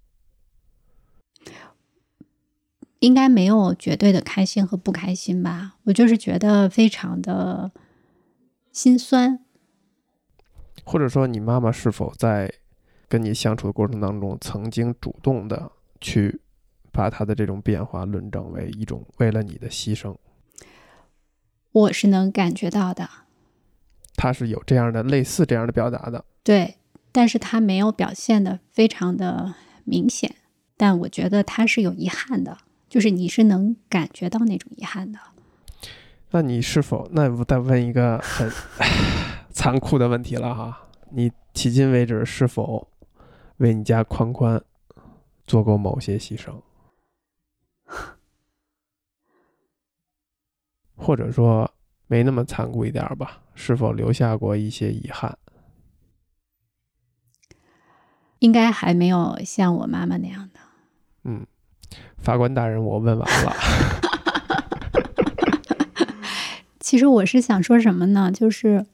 应该没有绝对的开心和不开心吧，我就是觉得非常的心酸。 或者说你妈妈是否在跟你相处的过程当中曾经主动的去把她的这种变化论证为一种为了你的牺牲？ 我是能感觉到的， 她是有这样的类似这样的表达的。 对，但是她没有表现的非常的明显，但我觉得她是有遗憾的，就是你是能感觉到那种遗憾的。 那你是否，那我再问一个很残酷的问题了哈，你迄今为止是否为你家宽宽做过某些牺牲？或者说没那么残酷一点吧，是否留下过一些遗憾？ 应该还没有像我妈妈那样的。 法官大人，我问完了。 其实我是想说什么呢，就是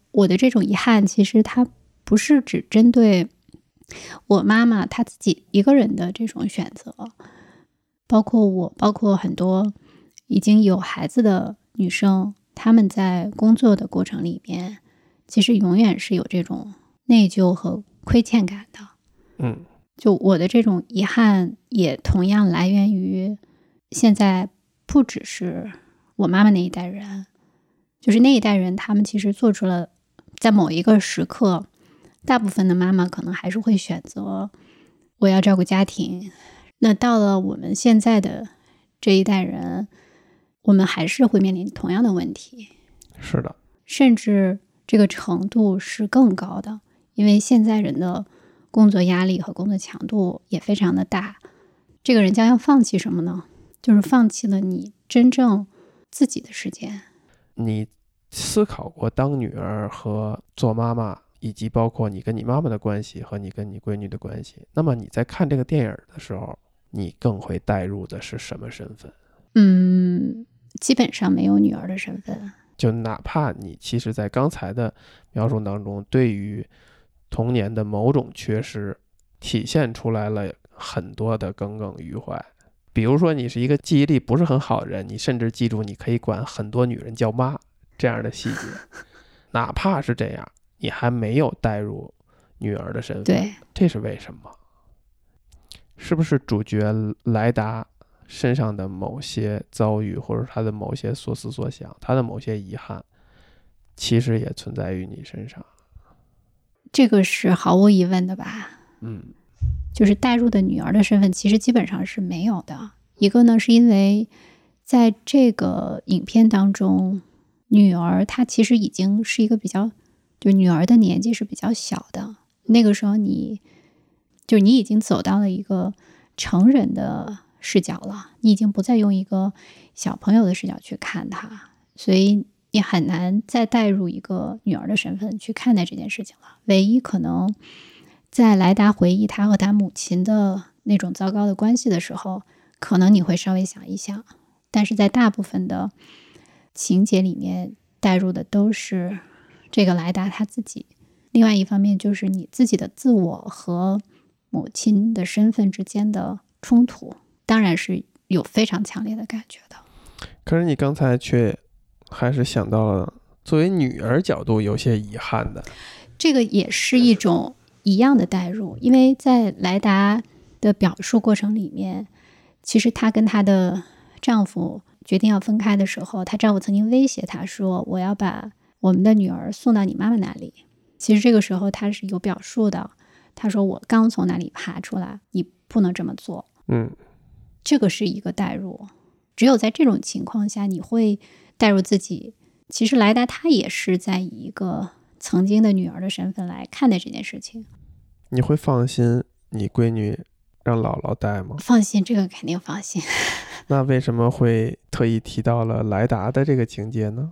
我的这种遗憾，其实它不是只针对我妈妈她自己一个人的这种选择，包括我，包括很多已经有孩子的女生，她们在工作的过程里边，其实永远是有这种内疚和亏欠感的。就我的这种遗憾也同样来源于现在不只是我妈妈那一代人，就是那一代人，他们其实做出了在某一个时刻，大部分的妈妈可能还是会选择我要照顾家庭。那到了我们现在的这一代人，我们还是会面临同样的问题。 是的， 甚至这个程度是更高的，因为现在人的工作压力和工作强度也非常的大。这个人将要放弃什么呢？就是放弃了你真正自己的时间。 你思考过当女儿和做妈妈，以及包括你跟你妈妈的关系和你跟你闺女的关系，那么你在看这个电影的时候，你更会带入的是什么身份？ 基本上没有女儿的身份。 就哪怕你其实在刚才的描述当中，对于童年的某种缺失体现出来了很多的耿耿于怀。比如说你是一个记忆力不是很好的人，你甚至记住你可以管很多女人叫妈这样的细节，哪怕是这样，你还没有带入女儿的身份。 对， 这是为什么？是不是主角莱达身上的某些遭遇，或者他的某些所思所想，他的某些遗憾，其实也存在于你身上？ 这个是毫无疑问的吧。就是带入的女儿的身份其实基本上是没有的。一个呢，是因为在这个影片当中，女儿她其实已经是一个比较，就女儿的年纪是比较小的。那个时候你已经走到了一个成人的视角了，你已经不再用一个小朋友的视角去看她，所以你很难再带入一个女儿的身份去看待这件事情了。唯一可能在莱达回忆他和他母亲的那种糟糕的关系的时候，可能你会稍微想一想，但是在大部分的情节里面带入的都是这个莱达他自己。另外一方面就是你自己的自我和母亲的身份之间的冲突，当然是有非常强烈的感觉的。 可是你刚才却还是想到了作为女儿角度有些遗憾的。 这个也是一种一样的代入，因为在莱达的表述过程里面，其实她跟她的丈夫决定要分开的时候，她丈夫曾经威胁她说，我要把我们的女儿送到你妈妈那里。其实这个时候她是有表述的，她说我刚从哪里爬出来，你不能这么做。这个是一个代入，只有在这种情况下你会代入自己。其实莱达她也是在以一个曾经的女儿的身份来看待这件事情。 你会放心你闺女让姥姥带吗？ 放心，这个肯定放心。 那为什么会特意提到了莱达的这个情节呢？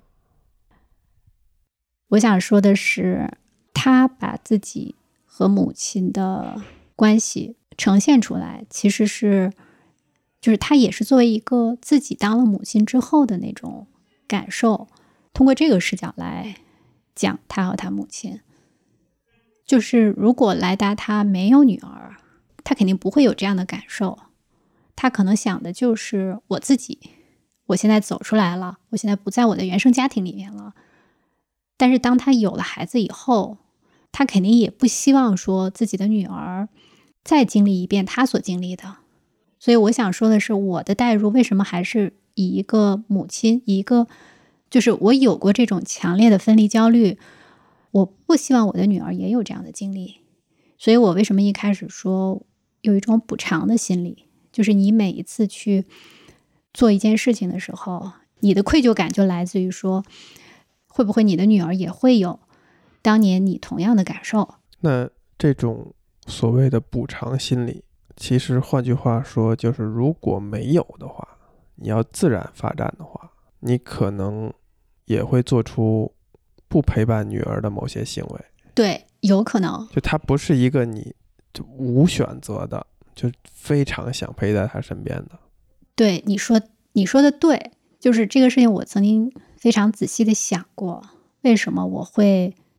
我想说的是，他把自己和母亲的关系呈现出来，其实是就是他也是作为一个自己当了母亲之后的那种感受，通过这个视角来讲他和他母亲。就是如果莱达他没有女儿，他肯定不会有这样的感受，他可能想的就是我自己，我现在走出来了，我现在不在我的原生家庭里面了。但是当他有了孩子以后，他肯定也不希望说自己的女儿再经历一遍他所经历的。所以我想说的是，我的代入为什么还是以一个母亲，以一个就是我有过这种强烈的分离焦虑，我不希望我的女儿也有这样的经历。所以我为什么一开始说有一种补偿的心理，就是你每一次去做一件事情的时候，你的愧疚感就来自于说，会不会你的女儿也会有当年你同样的感受。 那这种所谓的补偿心理，其实换句话说就是如果没有的话，你要自然发展的话，你可能也会做出不陪伴女儿的某些行为。 对，有可能就它不是一个你就无选择的，就非常想陪在她身边的。 对，你说的对，就是这个事情我曾经非常仔细的想过，为什么我会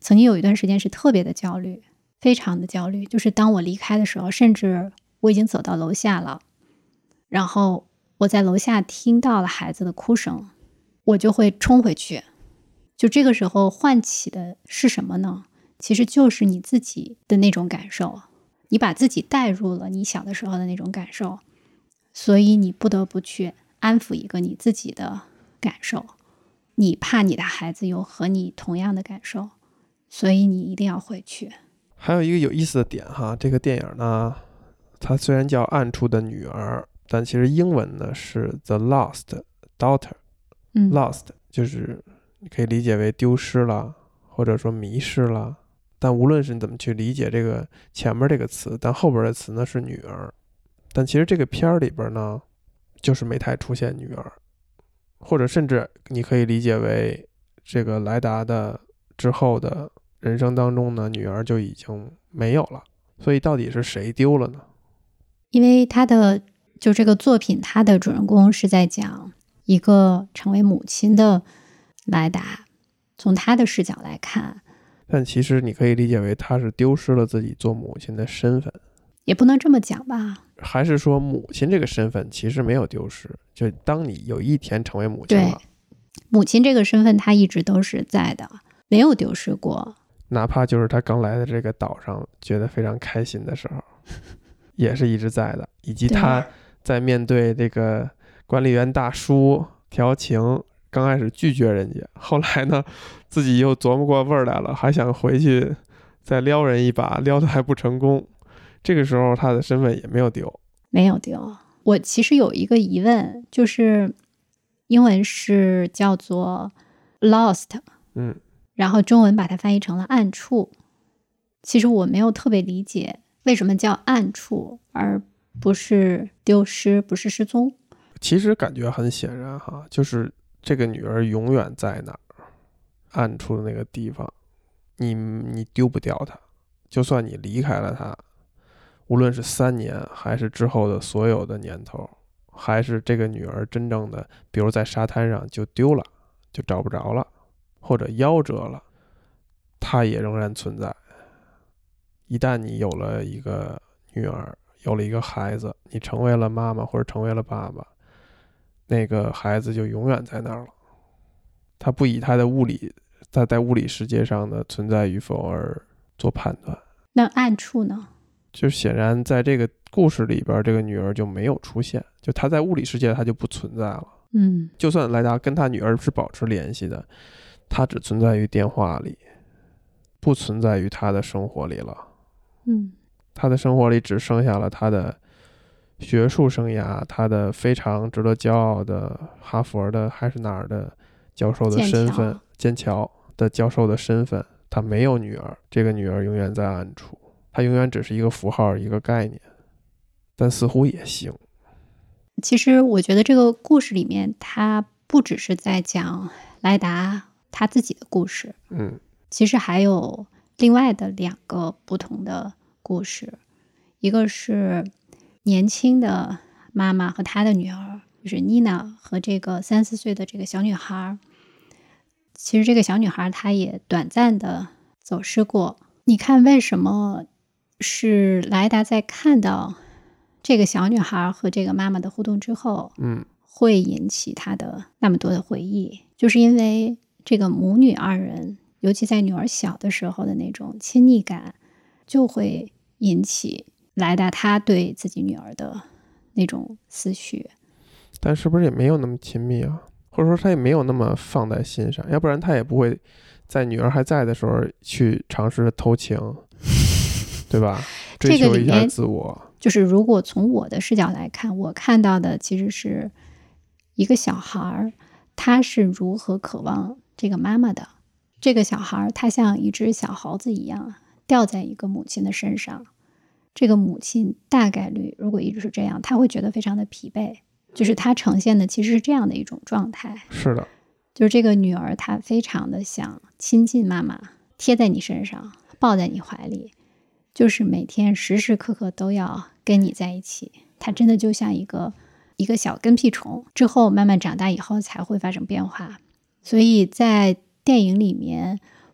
曾经有一段时间是特别的焦虑，非常的焦虑，就是当我离开的时候，甚至我已经走到楼下了，然后我在楼下听到了孩子的哭声，我就会冲回去。就这个时候唤起的是什么呢？其实就是你自己的那种感受，你把自己带入了你小的时候的那种感受，所以你不得不去安抚一个你自己的感受。你怕你的孩子有和你同样的感受，所以你一定要回去。 还有一个有意思的点哈，这个电影呢，它虽然叫暗处的女儿，但其实英文呢是 The Lost Daughter。Lost 就是你可以理解为丢失了，或者说迷失了。但无论是你怎么去理解这个前面这个词，但后边的词呢是女儿。但其实这个片儿里边呢，就是没太出现女儿，或者甚至你可以理解为这个莱达的之后的人生当中呢，女儿就已经没有了。所以到底是谁丢了呢？ 因为就这个作品，它的主人公是在讲一个成为母亲的莱达，从他的视角来看。 但其实你可以理解为他是丢失了自己做母亲的身份， 也不能这么讲吧？ 还是说母亲这个身份其实没有丢失，就当你有一天成为母亲了， 对，母亲这个身份她一直都是在的，没有丢失过。 哪怕就是他刚来的这个岛上觉得非常开心的时候也是一直在的，以及他在面对这个管理员大叔调情，刚开始拒绝人家，后来呢自己又琢磨过味儿来了，还想回去再撩人一把，撩得还不成功。这个时候他的身份也没有丢。 没有丢。我其实有一个疑问，就是英文是叫做 lost， 然后中文把它翻译成了暗处。其实我没有特别理解为什么叫暗处而不是丢失，不是失踪。 其实感觉很显然哈，就是这个女儿永远在那儿暗处的那个地方，你丢不掉她，就算你离开了她，无论是3年还是之后的所有的年头，还是这个女儿真正的比如在沙滩上就丢了，就找不着了，或者夭折了，她也仍然存在。一旦你有了一个女儿，有了一个孩子，你成为了妈妈或者成为了爸爸，那个孩子就永远在那儿了。他不以他的在物理世界上的存在与否而做判断。 那暗处呢？ 就显然在这个故事里边，这个女儿就没有出现，就她在物理世界她就不存在了。就算莱达跟他女儿是保持联系的，她只存在于电话里，不存在于她的生活里了。她的生活里只剩下了她的学术生涯，她的非常值得骄傲的哈佛的还是哪儿的教授的身份，剑桥的教授的身份。她没有女儿，这个女儿永远在暗处，她永远只是一个符号，一个概念，但似乎也行。 其实我觉得这个故事里面，它不只是在讲莱达他自己的故事，其实还有另外的2个不同的故事。一个是年轻的妈妈和她的女儿，就是妮娜和这个3、4岁的这个小女孩。其实这个小女孩她也短暂的走失过。你看为什么是莱达在看到这个小女孩和这个妈妈的互动之后，会引起她的那么多的回忆，就是因为这个母女2人，尤其在女儿小的时候的那种亲昵感，就会引起莱达他对自己女儿的那种思绪。 但是不是也没有那么亲密啊？或者说他也没有那么放在心上，要不然他也不会在女儿还在的时候去尝试偷情，对吧？追求一下自我。 就是如果从我的视角来看，我看到的其实是一个小孩，他是如何渴望这个妈妈的。这个小孩他像一只小猴子一样掉在一个母亲的身上，这个母亲大概率如果一直是这样，他会觉得非常的疲惫，就是他呈现的其实是这样的一种状态。 是的， 就是这个女儿她非常的想亲近妈妈，贴在你身上，抱在你怀里，就是每天时时刻刻都要跟你在一起。她真的就像一个小跟屁虫，之后慢慢长大以后才会发生变化。所以在电影里面，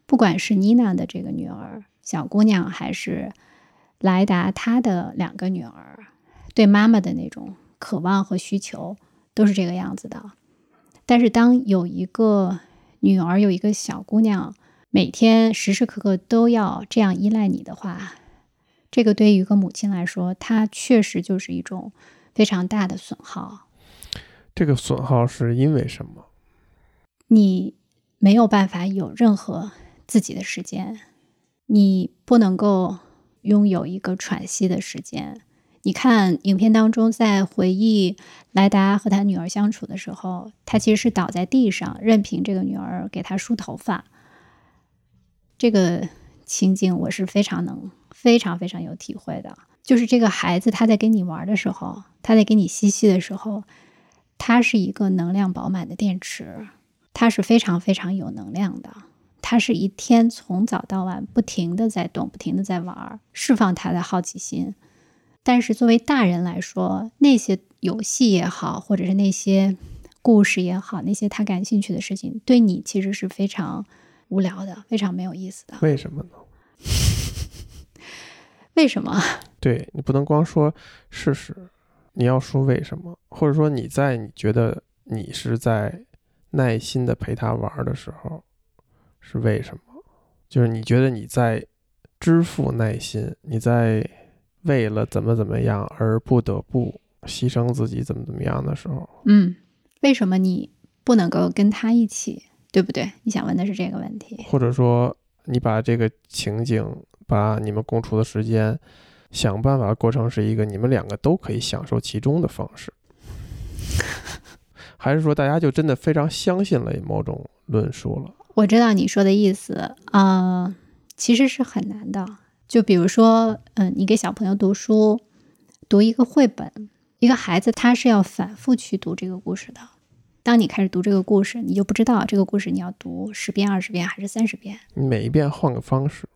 不管是妮娜的这个女儿小姑娘，还是莱达她的2个女儿，对妈妈的那种渴望和需求都是这个样子的。但是当有一个女儿，有一个小姑娘每天时时刻刻都要这样依赖你的话，这个对于一个母亲来说，它确实就是一种非常大的损耗。 这个损耗是因为什么？ 你没有办法有任何自己的时间，你不能够拥有一个喘息的时间。你看影片当中，在回忆莱达和他女儿相处的时候，他其实是倒在地上，任凭这个女儿给他梳头发。这个情景我是非常有体会的。就是这个孩子他在跟你玩的时候，他在跟你嬉戏的时候，他是一个能量饱满的电池，他是非常有能量的，他是一天从早到晚不停的在动，不停的在玩，释放他的好奇心。但是作为大人来说，那些游戏也好，或者是那些故事也好，那些他感兴趣的事情，对你其实是非常无聊的，非常没有意思的。 为什么呢？ 为什么？ 对，你不能光说事实，你要说为什么，或者说你觉得你是在耐心的陪他玩的时候是为什么，就是你觉得你在支付耐心，你在为了怎么样而不得不牺牲自己怎么样的时候， 为什么你不能够跟他一起，对不对？你想问的是这个问题。 或者说你把这个情景，把你们共处的时间想办法过成是一个你们2个都可以享受其中的方式，还是说大家就真的非常相信了某种论述了？ 我知道你说的意思，其实是很难的。就比如说，你给小朋友读书，读一个绘本，一个孩子他是要反复去读这个故事的。当你开始读这个故事，你就不知道这个故事你要读10遍、20遍还是30遍。 你每一遍换个方式，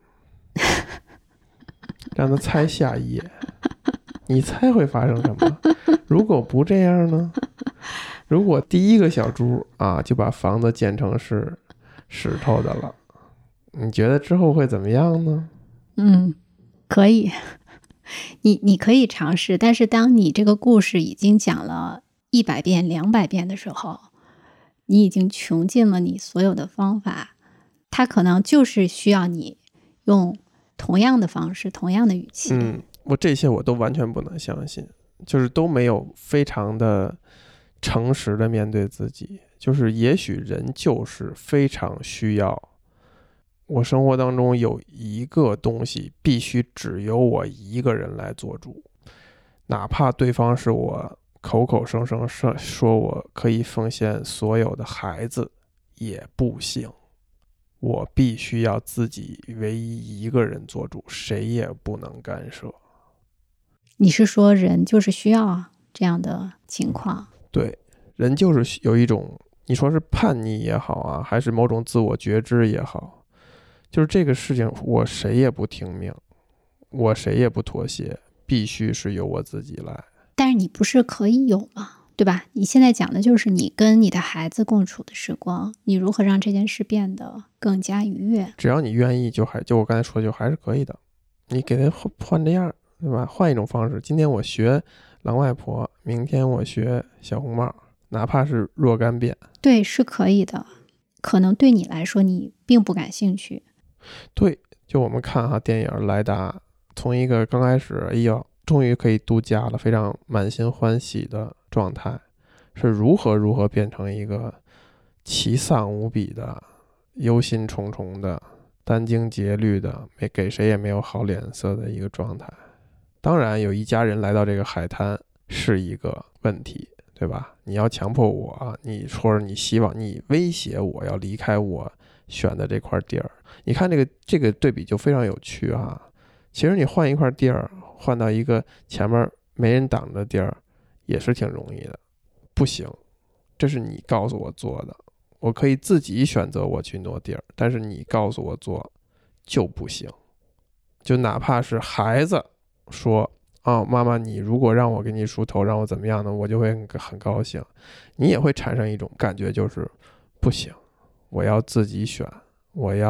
让他猜下一页，你猜会发生什么？如果不这样呢？如果第一个小猪啊就把房子建成是石头的了，你觉得之后会怎么样呢？ 可以，你可以尝试，但是当你这个故事已经讲了100遍、200遍的时候，你已经穷尽了你所有的方法，它可能就是需要你用同样的方式、同样的语气。 我这些我都完全不能相信，就是都没有非常的诚实的面对自己。就是也许人就是非常需要，我生活当中有一个东西必须只由我一个人来做主，哪怕对方是我口口声声说我可以奉献所有的孩子也不行，我必须要自己唯一一个人做主，谁也不能干涉。 你是说人就是需要这样的情况？ 对，人就是有一种，你说是叛逆也好啊，还是某种自我觉知也好，就是这个事情我谁也不听命，我谁也不妥协，必须是由我自己来。 但是你不是可以有吗？对吧？你现在讲的就是你跟你的孩子共处的时光，你如何让这件事变得更加愉悦？ 只要你愿意，就我刚才说就还是可以的。你给他换这样，对吧？换一种方式。今天我学狼外婆，明天我学小红帽，哪怕是若干遍。对， 是可以的。可能对你来说你并不感兴趣。 对，就我们看电影莱达，从一个刚开始终于可以度假了，非常满心欢喜的状态，是如何变成一个奇丧无比的、忧心忡忡的、殚精竭虑的、给谁也没有好脸色的一个状态。当然有一家人来到这个海滩是一个问题，对吧？你要强迫我，你说你希望你威胁我要离开我选的这块地儿，你看这个对比就非常有趣啊。其实你换一块地儿，换到一个前面没人挡的地儿也是挺容易的。不行，这是你告诉我做的，我可以自己选择我去挪地儿，但是你告诉我做就不行。就哪怕是孩子说妈妈你如果让我给你梳头，让我怎么样呢，我就会很高兴，你也会产生一种感觉，就是不行，我要自己选，我要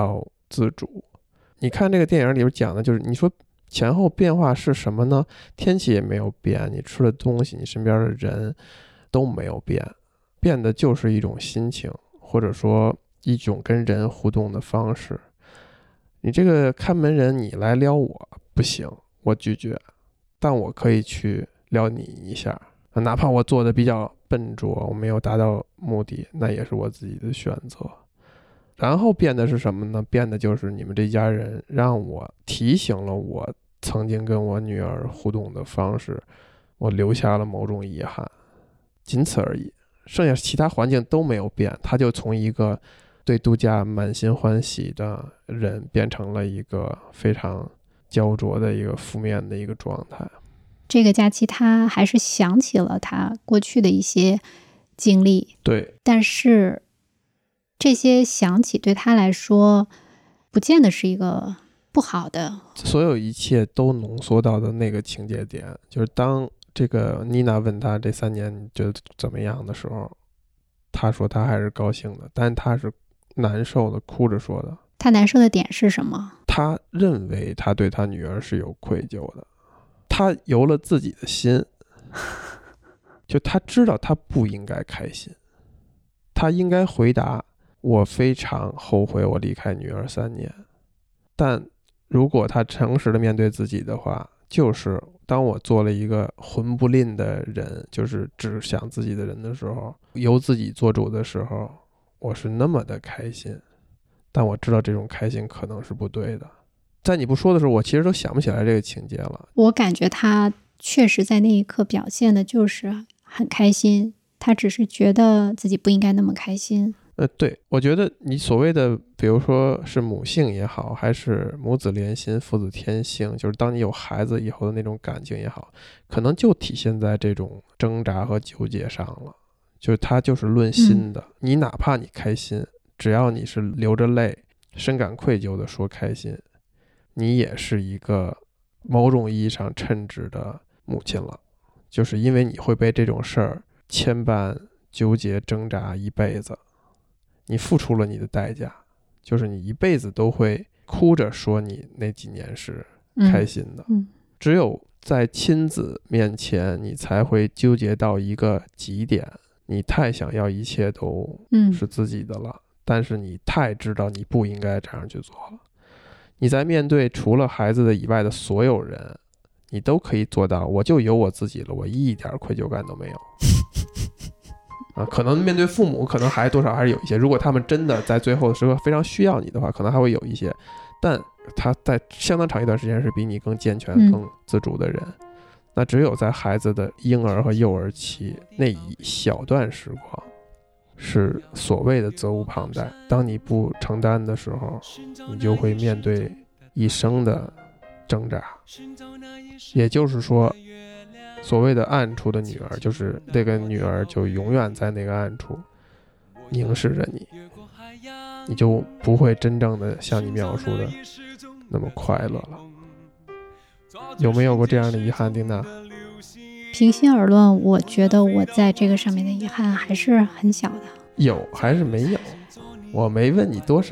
自主。你看这个电影里边讲的就是你说前后变化是什么呢？天气也没有变，你吃的东西，你身边的人都没有变，变的就是一种心情，或者说一种跟人互动的方式。你这个看门人你来撩我不行，我拒绝，但我可以去撩你一下，哪怕我做的比较笨拙，我没有达到目的，那也是我自己的选择。然后变的是什么呢？变的就是你们这家人让我提醒了我曾经跟我女儿互动的方式，我留下了某种遗憾，仅此而已。剩下其他环境都没有变，他就从一个对度假满心欢喜的人变成了一个非常焦灼的一个负面的一个状态。 这个假期他还是想起了他过去的一些经历， 对， 但是这些想起对他来说不见得是一个不好的。 所有一切都浓缩到的那个情节点，就是当这个妮娜问他这3年你觉得怎么样的时候，他说他还是高兴的，但他是难受的，哭着说的。 他难受的点是什么？ 他认为他对他女儿是有愧疚的，他有了自己的心，就他知道他不应该开心，他应该回答我非常后悔我离开女儿3年。但如果他诚实的面对自己的话，就是当我做了一个魂不吝的人，就是只想自己的人的时候，由自己做主的时候，我是那么的开心，但我知道这种开心可能是不对的。在你不说的时候，我其实都想不起来这个情节了。 我感觉他确实在那一刻表现的就是很开心，他只是觉得自己不应该那么开心。 对，我觉得你所谓的比如说是母性也好，还是母子连心父子天性，就是当你有孩子以后的那种感情也好，可能就体现在这种挣扎和纠结上了。就是它就是论心的，你哪怕你开心，只要你是流着泪深感愧疚的说开心，你也是一个某种意义上称职的母亲了。就是因为你会被这种事儿牵绊纠结挣扎一辈子，你付出了你的代价，就是你一辈子都会哭着说你那几年是开心的。只有在亲子面前你才会纠结到一个极点，你太想要一切都是自己的了，但是你太知道你不应该这样去做了。你在面对除了孩子的以外的所有人，你都可以做到我就有我自己了，我一点愧疚感都没有。可能面对父母可能还多少还是有一些，如果他们真的在最后的时刻非常需要你的话，可能还会有一些，但他在相当长一段时间是比你更健全更自主的人。那只有在孩子的婴儿和幼儿期那一小段时光是所谓的责无旁贷，当你不承担的时候，你就会面对一生的挣扎。也就是说，所谓的暗处的女儿，就是那个女儿就永远在那个暗处凝视着你，你就不会真正的像你描述的那么快乐了。有没有过这样的遗憾，丁娜？ 平心而论，我觉得我在这个上面的遗憾还是很小的。 有还是没有？我没问你多少。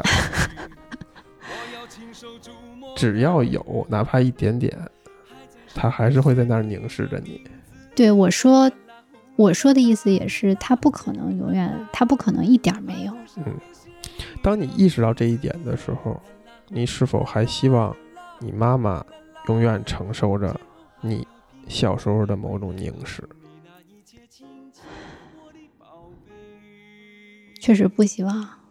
只要有哪怕一点点，他还是会在那儿凝视着你。 对，我说的意思也是，他不可能永远，他不可能一点没有。 当你意识到这一点的时候，你是否还希望你妈妈永远承受着你小时候的某种凝视？ 确实不希望。